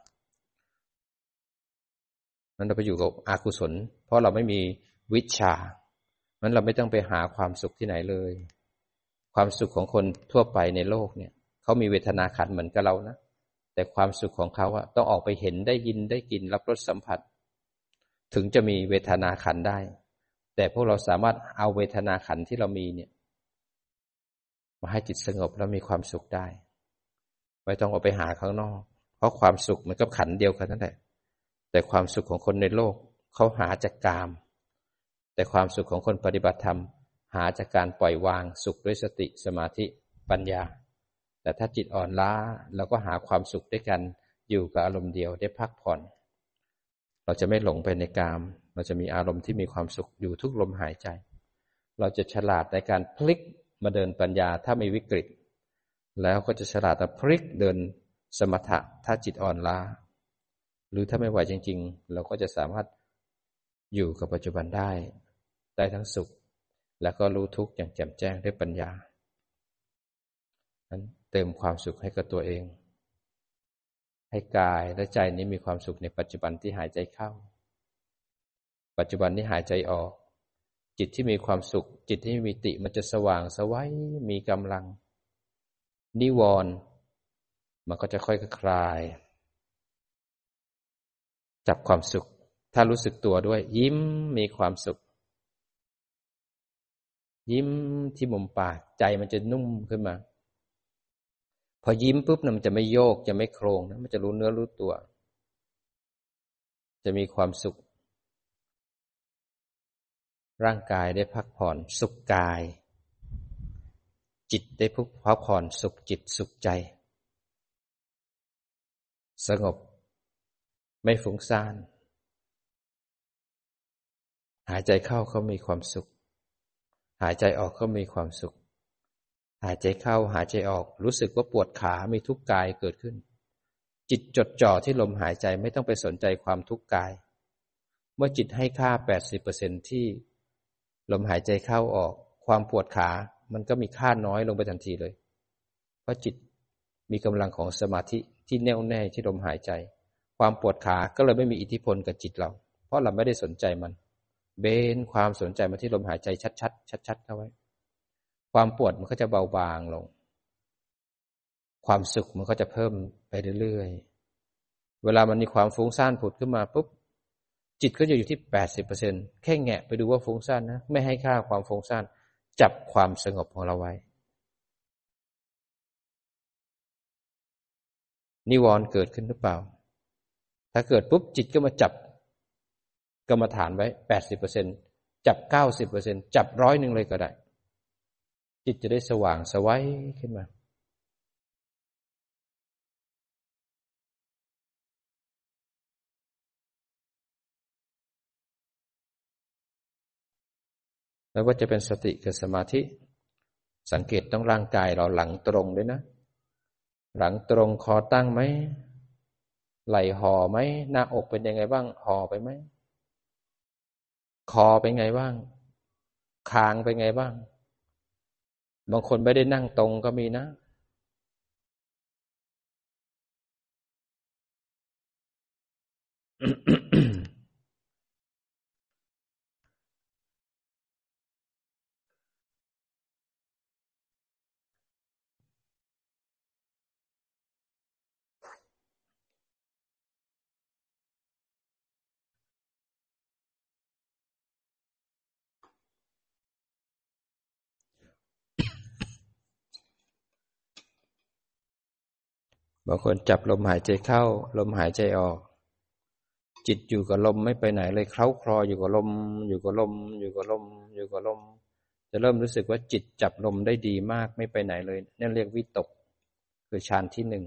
นั้นเราไปอยู่กับอกุศลเพราะเราไม่มีวิชานั้นเราไม่ต้องไปหาความสุขที่ไหนเลยความสุขของคนทั่วไปในโลกเนี่ยเขามีเวทนาขันธ์เหมือนกับเรานะแต่ความสุขของเขาอะต้องออกไปเห็นได้ยินได้กินรับรสสัมผัสถึงจะมีเวทนาขันธ์ได้แต่พวกเราสามารถเอาเวทนาขันธ์ที่เรามีเนี่ยมาให้จิตสงบแล้วมีความสุขได้ไม่ต้องออกไปหาข้างนอกเพราะความสุขมันก็ขันธ์เดียวกันนั่นแหละแต่ความสุขของคนในโลกเขาหาจากกามแต่ความสุขของคนปฏิบัติธรรมหาจากการปล่อยวางสุขด้วยสติสมาธิปัญญาแต่ถ้าจิตอ่อนล้าเราก็หาความสุขด้วยกันอยู่กับอารมณ์เดียวได้พักผ่อนเราจะไม่หลงไปในกามเราจะมีอารมณ์ที่มีความสุขอยู่ทุกลมหายใจเราจะฉลาดในการพลิกมาเดินปัญญาถ้ามีวิกฤตแล้วก็จะฉลาดมาพลิกเดินสมถะถ้าจิตอ่อนล้าหรือถ้าไม่ไหวจริงๆเราก็จะสามารถอยู่กับปัจจุบันได้ได้ทั้งสุขแล้วก็รู้ทุกข์อย่างแจ่มแจ้งด้วยปัญญานั้นเติมความสุขให้กับตัวเองให้กายและใจนี้มีความสุขในปัจจุบันที่หายใจเข้าปัจจุบันที่หายใจออกจิตที่มีความสุขจิตที่มีติมันจะสว่างสวัยมีกำลังนิวรณ์มันก็จะค่อยคลายจับความสุขถ้ารู้สึกตัวด้วยยิ้มมีความสุขยิ้มที่มุมปากใจมันจะนุ่มขึ้นมาพอยิ้มปุ๊บนะมันจะไม่โยกจะไม่โครงนะมันจะรู้เนื้อรู้ตัวจะมีความสุขร่างกายได้พักผ่อนสุขกายจิตได้พักผ่อนสุขจิตสุขใจสงบไม่ฟุ้งซ่านหายใจเข้าก็มีความสุขหายใจออกก็มีความสุขหายใจเข้าหายใจออกรู้สึกว่าปวดขามีทุกข์กายเกิดขึ้นจิตจดจ่อที่ลมหายใจไม่ต้องไปสนใจความทุกข์กายเมื่อจิตให้ค่า แปดสิบเปอร์เซ็นต์ ที่ลมหายใจเข้าออกความปวดขามันก็มีค่าน้อยลงไปทันทีเลยเพราะจิตมีกำลังของสมาธิที่แน่วแน่ที่ลมหายใจความปวดขาก็เลยไม่มีอิทธิพลกับจิตเราเพราะเราไม่ได้สนใจมันเบนความสนใจมาที่ลมหายใจชัดๆชัดๆเข้าไว้ความปวดมันก็จะเบาบางลงความสุขมันก็จะเพิ่มไปเรื่อยๆเวลามันมีความฟุ้งซ่านผุดขึ้นมาปุ๊บจิตก็จะอยู่ที่ แปดสิบเปอร์เซ็นต์ แค่แงะไปดูว่าฟุ้งซ่านนะไม่ให้ค่าความฟุ้งซ่านจับความสงบของเราไว้นิวรณ์เกิดขึ้นหรือเปล่าถ้าเกิดปุ๊บจิตก็มาจับกรรมฐานไว้ แปดสิบเปอร์เซ็นต์ จับ เก้าสิบเปอร์เซ็นต์ จับร้อยหนึ่งเลยก็ได้จิตจะได้สว่างสวัยขึ้นมาไม่ว่าจะเป็นสติกับสมาธิสังเกตต้องร่างกายเราหลังตรงด้วยนะหลังตรงคอตั้งไหมไหล่ห่อไหมหน้าอกเป็นยังไงบ้างห่อไปไหมคอเป็นไงบ้างคางเป็นไงบ้างบางคนไม่ได้นั่งตรงก็มีนะบางคนจับลมหายใจเข้าลมหายใจออกจิตอยู่กับลมไม่ไปไหนเลยเคล้าคลออยู่กับลมอยู่กับลมอยู่กับลมอยู่กับลมจะเริ่มรู้สึกว่าจิตจับลมได้ดีมากไม่ไปไหนเลยนั่นเรียกวิตกคือฌานที่หนึ่ง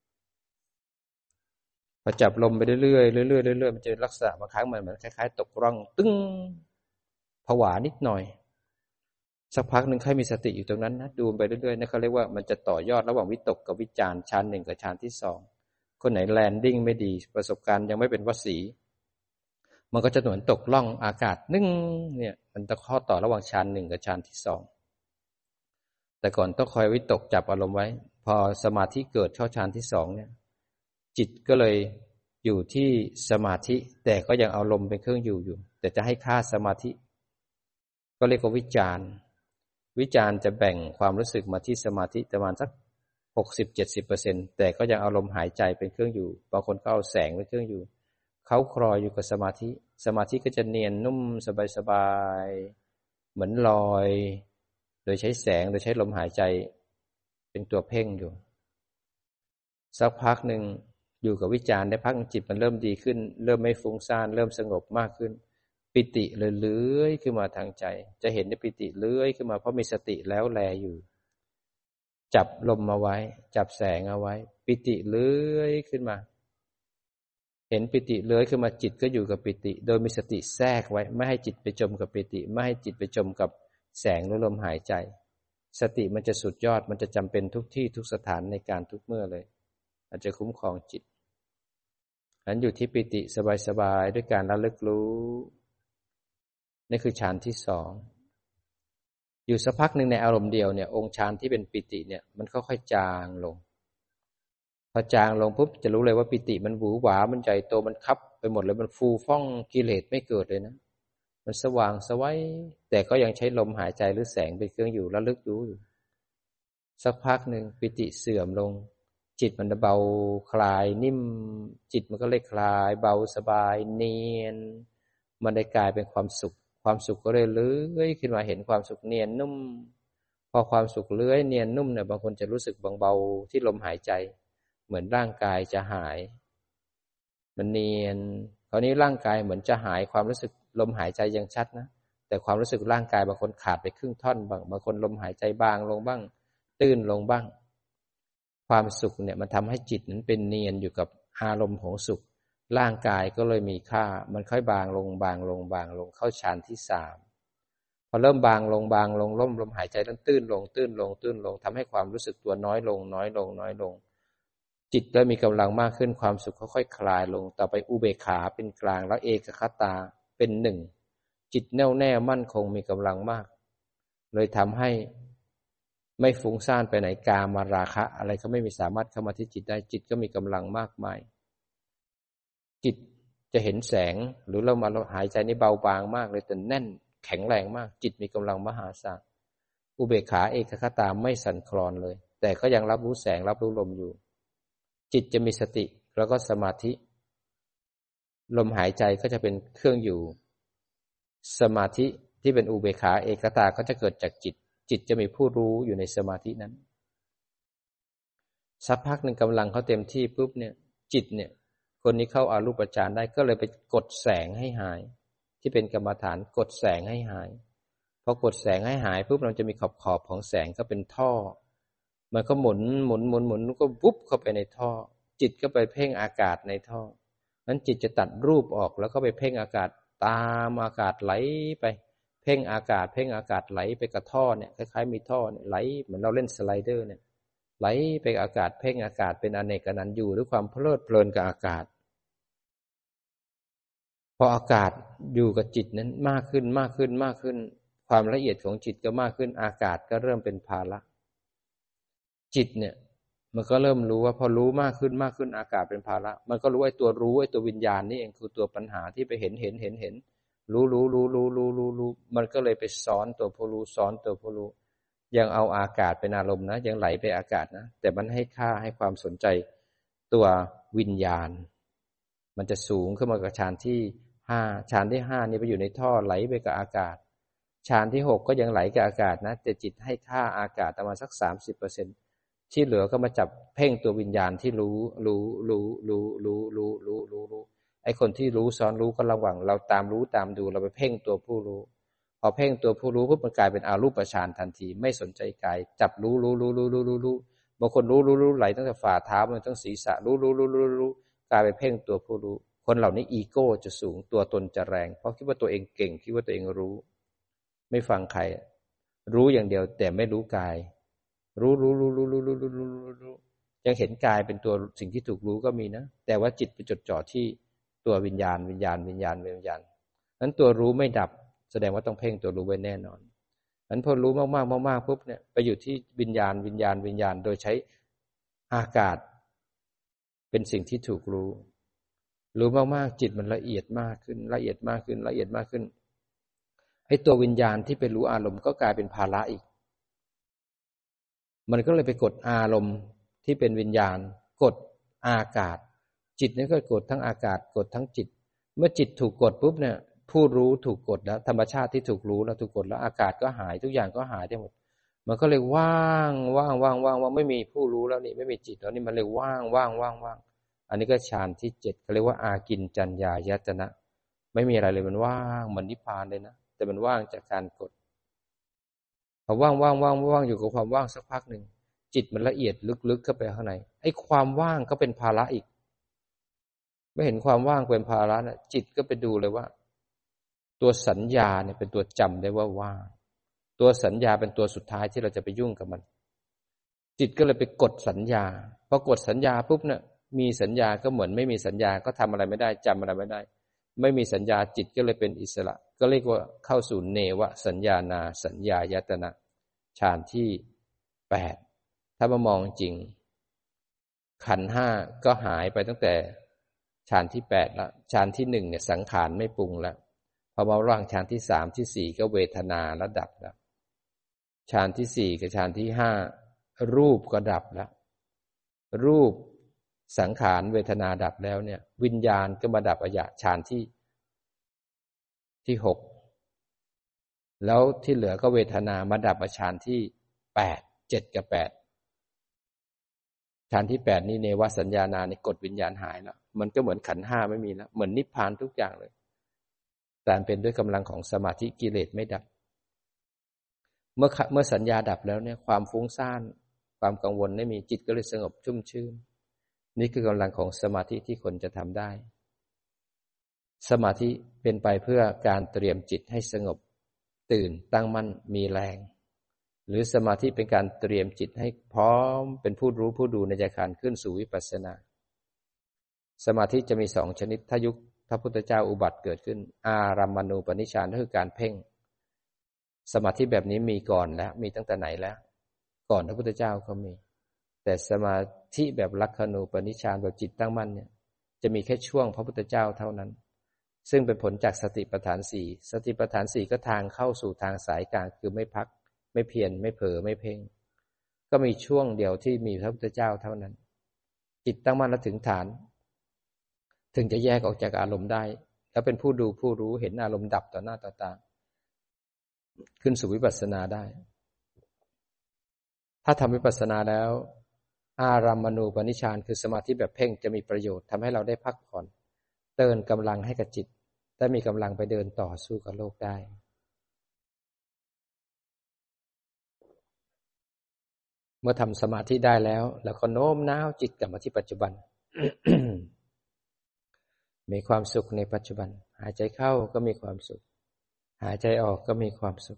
พอจับลมไปเรื่อยๆเรื่อยๆเรื่อยๆมันจะลักษณะบางครั้งมันเหมือนคล้ายๆตกร่องตึ้งผวานิดหน่อยสักพักหนึ่งให้มีสติอยู่ตรงนั้นนะดูไปเรื่อยๆนะเขาเรียกว่ามันจะต่อยอดระหว่างวิตกกับวิจารฌานหนึ่งกับฌานที่สองคนไหนแลนดิ้งไม่ดีประสบการณ์ยังไม่เป็นวสีมันก็จะเหมือนตกล่องอากาศนึ่งเนี่ยมันจะข้อต่อระหว่างฌานหนึ่งกับฌานที่สองแต่ก่อนต้องคอยวิตกจับอารมณ์ไว้พอสมาธิเกิดเข้าฌานที่สองเนี่ยจิตก็เลยอยู่ที่สมาธิแต่ก็ยังเอาลมเป็นเครื่องอยู่อยู่แต่จะให้ค่าสมาธิก็เรียกว่าวิจารวิจารจะแบ่งความรู้สึกมาที่สมาธิประมาณสัก หกสิบถึงเจ็ดสิบเปอร์เซ็นต์ แต่ก็ยังเอาลมหายใจเป็นเครื่องอยู่บางคนก็เอาแสงเป็นเครื่องอยู่เขาคลอยอยู่กับสมาธิสมาธิก็จะเนียนนุ่มสบายๆเหมือนลอยโดยใช้แสงโดยใช้ลมหายใจเป็นตัวเพ่งอยู่สักพักหนึ่งอยู่กับวิจารณ์ได้พักจิตมันเริ่มดีขึ้นเริ่มไม่ฟุ้งซ่านเริ่มสงบมากขึ้นปิติเลยเลื้อยขึ้นมาทางใจจะเห็นในปิติเลื้อยขึ้นมาเพราะมีสติแล้วแลอยู่จับลมมาไว้จับแสงเอาไว้ปิติเลื้อยขึ้นมาเห็นปิติเลื้อยขึ้นมาจิตก็อยู่กับปิติโดยมีสติแทรกไว้ไม่ให้จิตไปจมกับปิติไม่ให้จิตไปจมกับแสงหรือลมหายใจสติมันจะสุดยอดมันจะจำเป็นทุกที่ทุกสถานในการทุกเมื่อเลยอาจจะคุ้มครองจิตนั้นอยู่ที่ปิติสบายๆด้วยการระลึกรู้นี่คือฌานที่สองอยู่สักพักหนึ่งในอารมณ์เดียวเนี่ยองค์ฌานที่เป็นปิติเนี่ยมันค่อยๆจางลงพอจางลงปุ๊บจะรู้เลยว่าปิติมันหวือหวามันใหญ่โตมันคับไปหมดเลยมันฟูฟ่องกิเลสไม่เกิดเลยนะมันสว่างสวัยแต่ก็ยังใช้ลมหายใจหรือแสงเป็นเครื่องอยู่ระลึกรู้อยู่สักพักหนึ่งปิติเสื่อมลงจิตมันเบาคลายนิ่มจิตมันก็เลยคลายเบาสบายเนียนมันได้กลายเป็นความสุขความสุขก็เลยเลื้อยขึ้นมาเห็นความสุขเนียนนุ่มพอความสุขเลื้อยเนียนนุ่มเนี่ยบางคนจะรู้สึกเบาๆที่ลมหายใจเหมือนร่างกายจะหายมันเนียนคราวนี้ร่างกายเหมือนจะหายความรู้สึกลมหายใจยังชัดนะแต่ความรู้สึกร่างกายบางคนขาดไปครึ่งท่อนบางบางคนลมหายใจบางลงบ้างตื้นลงบ้างความสุขเนี่ยมันทำให้จิตนั้นเป็นเนียนอยู่กับอารมณ์ของสุขร่างกายก็เลยมีค่ามันค่อยบางลงบางลงบางลงเข้าฌานที่สามพอเริ่มบางลงบางลงลมลมหายใจเริ่มตื้นลงตื้นลงตื้นลงทำให้ความรู้สึกตัวน้อยลงน้อยลงน้อยลงจิตเริ่มมีกำลังมากขึ้นความสุขค่อยๆคลายลงต่อไปอุเบกขาเป็นกลางแล้วเอกคตาเป็นหนึ่งจิตแน่วแน่มั่นคงมีกำลังมากเลยทำให้ไม่ฟุ้งซ่านไปไหนกามราคะอะไรก็ไม่มีสามารถเข้ามาที่จิตได้จิตก็มีกำลังมากมายจิตจะเห็นแสงหรือเรามาหายใจนี่เบาบางมากเลยแต่แน่นแข็งแรงมากจิตมีกำลังมหาศาลอุเบกขาเอกคตาไม่สั่นคลอนเลยแต่ก็ยังรับรู้แสงรับรู้ลมอยู่จิตจะมีสติแล้วก็สมาธิลมหายใจก็จะเป็นเครื่องอยู่สมาธิที่เป็นอุเบกขาเอกคตาก็จะเกิดจากจิตจิตจะมีผู้รู้อยู่ในสมาธินั้นสักพักหนึ่งกำลังเขาเต็มที่ปุ๊บเนี่ยจิตเนี่ยคนนี้เข้าอารูปฌานได้ก็เลยไปกดแสงให้หายที่เป็นกรรมฐานกดแสงให้หายพอกดแสงให้หายปุ๊บเราจะมีขอบขอบของแสงก็เป็นท่อมันก็หมุนหมุนหมุนหมุนก็วุบเข้าไปในท่อจิตก็ไปเพ่งอากาศในท่อนั้นจิตจะตัดรูปออกแล้วก็ไปเพ่งอากาศตามอากาศไหลไปเพ่งอากาศเพ่งอากาศไหลไปกับท่อเนี่ยคล้ายๆมีท่อเนี่ยไหลเหมือนเราเล่นสไลเดอร์เนี่ยไหลไปอากาศเพ่งอากาศเป็นอเนกอนันต์อยู่ด้วยความเพลิดเพลินกับอากาศพออากาศอยู่กับจิตนั้นมากขึ้นมากขึ้นมากขึ้นความละเอียดของจิตก็มากขึ้นอากาศก็เริ่มเป็นภาระจิตเนี่ยมันก็เริ่มรู้ว่าพอรู้มากขึ้นมากขึ้นอากาศเป็นภาระมันก็รู้ไอ้ตัวรู้ไอ้ตัววิญญาณนี่เองคือตัวปัญหาที่ไปเห็นเห็นเห็นเห็นรู้รู้รู้รู้รู้รู้รู้มันก็เลยไปซ้อนตัวผู้รู้ซ้อนตัวผู้รู้ยังเอาอากาศเป็นอารมณ์นะยังไหลไปอากาศนะแต่มันให้ค่าให้ความสนใจตัววิญญาณมันจะสูงขึ้นมากับฌานที่ห้าฌานที่ห้านี่ไปอยู่ในท่อไหลไปกับอากาศฌานที่หกก็ยังไหลกับอากาศนะแต่จิตให้ค่าอากาศประมาณสัก สามสิบเปอร์เซ็นต์ ที่เหลือก็มาจับเพ่งตัววิญญาณที่รู้รู้รู้รู้รู้รู้รู้รู้รู้ไอ้คนที่รู้ซ้อนรู้ก็ระวังเราตามรู้ตามดูเราไปเพ่งตัวผู้รู้พอเพ่งตัวผู้รู้ปุ๊บมันกลายเป็นอารูปฌานทันทีไม่สนใจกายจับรู้รู้รู้รู้รู้รู้รู้บางคนรู้รู้รู้ไหลตั้งแต่ฝ่าเท้ามันตั้งศีรษะรู้รู้รู้รู้รู้กลายไปเพ่งตัวผู้รู้คนเหล่านี้อีโก้จะสูงตัวตนจะแรงเพราะคิดว่าตัวเองเก่งคิดว่าตัวเองรู้ไม่ฟังใครรู้อย่างเดียวแต่ไม่รู้กายรู้รู้รู้รู้รู้รู้รู้รู้รู้ยังเห็นกายเป็นตัวสิ่งที่ถูกรู้ก็มีนะแต่ว่าจิตไปจดจ่อที่ตัววิญญาณวิญญาณวิญญาณวิญญาณนั้นตัวรู้ไม่ดับแสดงว่าต้องเพ่งตัวรู้ไว้แน่นอนนั้นพอรู้มากๆมากๆปุ๊บเนี่ยไปอยู่ที่วิญญาณวิญญาณวิญญาณโดยใช้อากาศเป็นสิ่งที่ถูกรู้รู้มากๆจิตมันละเอียดมากขึ้นละเอียดมากขึ้นละเอียดมากขึ้นไอ้ตัววิญญาณที่ไปรู้อารมณ์ก็กลายเป็นภาระอีกมันก็เลยไปกดอารมณ์ที่เป็นวิญญาณกดอากาศจิตนี่ก็กดทั้งอากาศกดทั้งจิตเมื่อจิตถูกกดปุ๊บเนี่ยผู้รู้ถูกกดแล้วธรรมชาติที่ถูกรู้แล้วถูกกดแล้วอากาศก็หายทุกอย่างก็หายได้หมดมันก็เลยว่างว่างว่างว่างว่างไม่มีผู้รู้แล้วนี่ไม่มีจิตแล้วนี่มันเลยว่างว่างว่างว่างอันนี้ก็ฌานที่เจ็ดเขาเรียกว่าอากินจัญญายตนะไม่มีอะไรเลยมันว่างเหมือนนิพพานเลยนะแต่มันว่างจากการกดพอว่างว่างว่างว่างอยู่กับความว่างสักพักหนึ่งจิตมันละเอียดลึกๆเข้าไปข้างในไอ้ความว่างก็เป็นภาระอีกไม่เห็นความว่างเป็นภาระนะจิตก็ไปดูเลยว่าตัวสัญญาเนี่ยเป็นตัวจำได้ว่าว่างตัวสัญญาเป็นตัวสุดท้ายที่เราจะไปยุ่งกับมันจิตก็เลยไปกดสัญญาพอกดสัญญาปุ๊บเนี่ยมีสัญญาก็เหมือนไม่มีสัญญาก็ทำอะไรไม่ได้จำอะไรไม่ได้ไม่มีสัญญาจิตก็เลยเป็นอิสระก็เรียกว่าเข้าสู่เนวสัญญานาสัญญายตนะฌานที่แปดถ้ามามองจริงขันธ์ห้าก็หายไปตั้งแต่ฌานที่แปดแล้วฌานที่หนึ่งเนี่ยสังขารไม่ปรุงแล้วพอมาร่างฌานที่สามที่สี่ก็เวทนาระดับแล้วฌานที่สี่กับฌานที่ห้ารูปก็ดับแล้วรูปสังขารเวทนาดับแล้วเนี่ยวิญญาณก็มาดับอายะฌานที่ที่หกแล้วที่เหลือก็เวทนามาดับฌานที่แปด เจ็ดกับแปดฌานที่แปดนี่เนวสัญญานาในกฎวิญญาณหายแล้วมันก็เหมือนขันธ์ห้าไม่มีแล้วเหมือนนิพพานทุกอย่างเลยแต่เป็นด้วยกำลังของสมาธิกิเลสไม่ดับเมื่อเมื่อสัญญาดับแล้วเนี่ยความฟุ้งซ่านความกังวลไม่มีจิตก็เลยสงบชุ่มชื่นนี่คือกำลังของสมาธิที่คนจะทำได้สมาธิเป็นไปเพื่อการเตรียมจิตให้สงบตื่นตั้งมั่นมีแรงหรือสมาธิเป็นการเตรียมจิตให้พร้อมเป็นผู้รู้ผู้ดูในใจขันธ์ขึ้นสู่วิปัสสนาสมาธิจะมีสองชนิดถ้ายุคพระพุทธเจ้าอุบัติเกิดขึ้นอารัมมณูปนิชฌานก็คือการเพ่งสมาธิแบบนี้มีก่อนแล้วมีตั้งแต่ไหนแล้วก่อนพระพุทธเจ้าก็มีแต่สมาธิแบบลักขณูปนิชฌานแบบจิตตั้งมั่นเนี่ยจะมีแค่ช่วงพระพุทธเจ้าเท่านั้นซึ่งเป็นผลจากสติปัฏฐานสี่สติปัฏฐานสี่ก็ทางเข้าสู่ทางสายกลางคือไม่พักไม่เพียรไม่เผลอไม่เพ่งก็มีช่วงเดียวที่มีพระพุทธเจ้าเท่านั้นจิตตั้งมั่นและถึงฐานถึงจะแยกออกจากอารมณ์ได้แล้วเป็นผู้ดูผู้รู้เห็นอารมณ์ดับต่อหน้าต่อตาขึ้นสู่วิปัสสนาได้ถ้าทำวิปัสสนาแล้วอารัมมณูปนิชฌานคือสมาธิแบบเพ่งจะมีประโยชน์ทำให้เราได้พักผ่อนเติมกำลังให้กับจิตได้มีกำลังไปเดินต่อสู้กับโลกได้เมื่อทำสมาธิได้แล้วแล้วก็โน้มน้าวจิตกลับมาที่ปัจจุบัน มีความสุขในปัจจุบันหายใจเข้าก็มีความสุขหายใจออกก็มีความสุข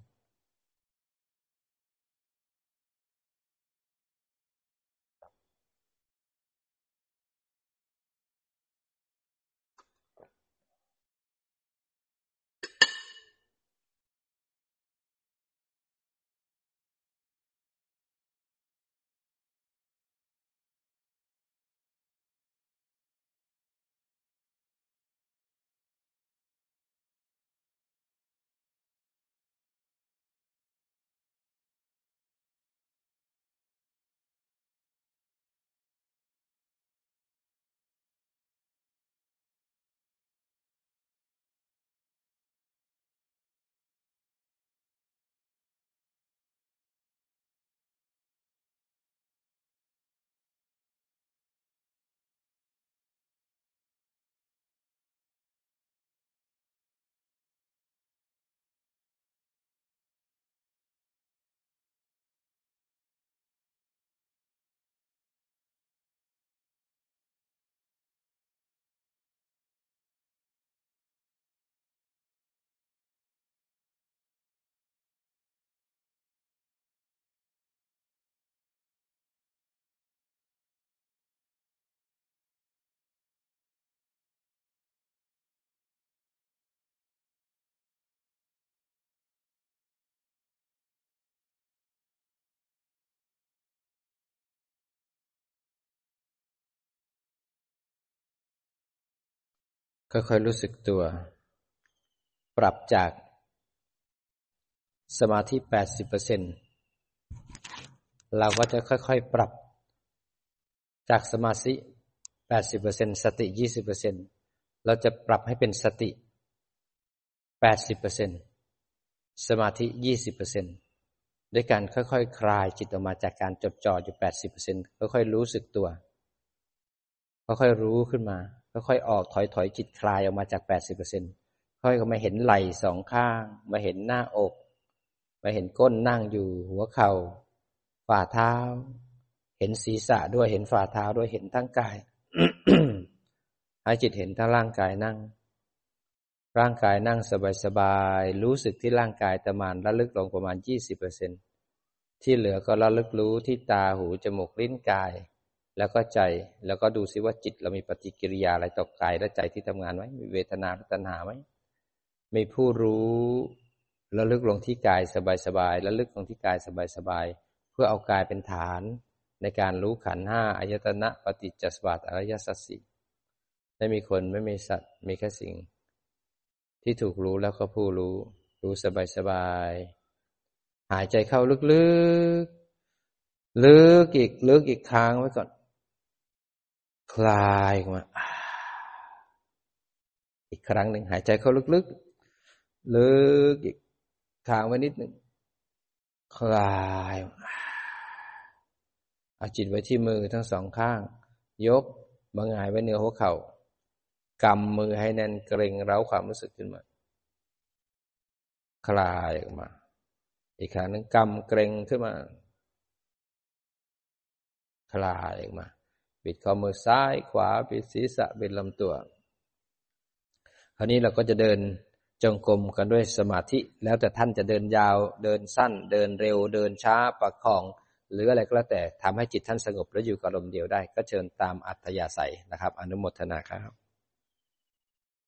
ค่อยๆรู้สึกตัวปรับจากสมาธิ แปดสิบเปอร์เซ็นต์ เราก็จะค่อยๆปรับจากสมาธิ แปดสิบเปอร์เซ็นต์ สติ ยี่สิบเปอร์เซ็นต์ เราจะปรับให้เป็นสติ แปดสิบเปอร์เซ็นต์ สมาธิ ยี่สิบเปอร์เซ็นต์ ด้วยการค่อยๆ ค, คลายจิตออกมาจากการจดจ่ออยู่ แปดสิบเปอร์เซ็นต์ ค่อยๆรู้สึกตัวค่อยๆรู้ขึ้นมาค่อยๆออกถอยๆจิตคลายออกมาจาก แปดสิบเปอร์เซ็นต์ ค่อยๆมาเห็นไหล่สองข้างมาเห็นหน้าอกมาเห็นก้นนั่งอยู่หัวเข่าฝ่าเท้าเห็นศีรษะด้วยเห็นฝ่าเท้าด้วยเห็นทั้งกาย ให้จิตเห็นทั้งร่างกายนั่งร่างกายนั่งสบายๆรู้สึกที่ร่างกายประมาณระลึกลงประมาณ ยี่สิบเปอร์เซ็นต์ ที่เหลือก็ระลึกรู้ที่ตาหูจมูกลิ้นกายแล้วก็ใจแล้วก็ดูซิว่าจิตเรามีปฏิกิริยาอะไรต่อกายและใจที่ทำงานไหมมีเวทนาและตัณหาไหมมีผู้รู้ระลึกลงที่กายสบายๆระลึกลงที่กายสบายๆเพื่อเอากายเป็นฐานในการรู้ขันธ์ห้าอายตนะปฏิจจสมุปบาทอริยสัจสี่ไม่มีคนไม่มีสัตว์มีแค่สิ่งที่ถูกรู้แล้วก็ผู้รู้รู้สบายๆหายใจเข้าลึกๆลึกอีกลึกอีกค้างไว้ก่อนคลายออกมาอีกครั้งหนึ่งหายใจเข้าลึกๆลึกอีกค้างไว้นิดหนึ่งคลายเอาจิตไว้ที่มือทั้งสองข้างยกมาหงายไว้เหนือหัวเข่ากำมือให้แน่นเกร็งเร้าความรู้สึกขึ้นมาคลายออกมาอีกครั้งนึงกำเกร็งขึ้นมาคลายออกมาบิดข้อมือซ้ายขวาบิดศีรษะบิดลำตัวคราวนี้เราก็จะเดินจงกรมกันด้วยสมาธิแล้วแต่ท่านจะเดินยาวเดินสั้นเดินเร็วเดินช้าประคองหรืออะไรก็แล้วแต่ทำให้จิตท่านสงบแล้วอยู่กับลมเดียวได้ก็เชิญตามอัธยาศัยนะครับอนุโมทนาครับ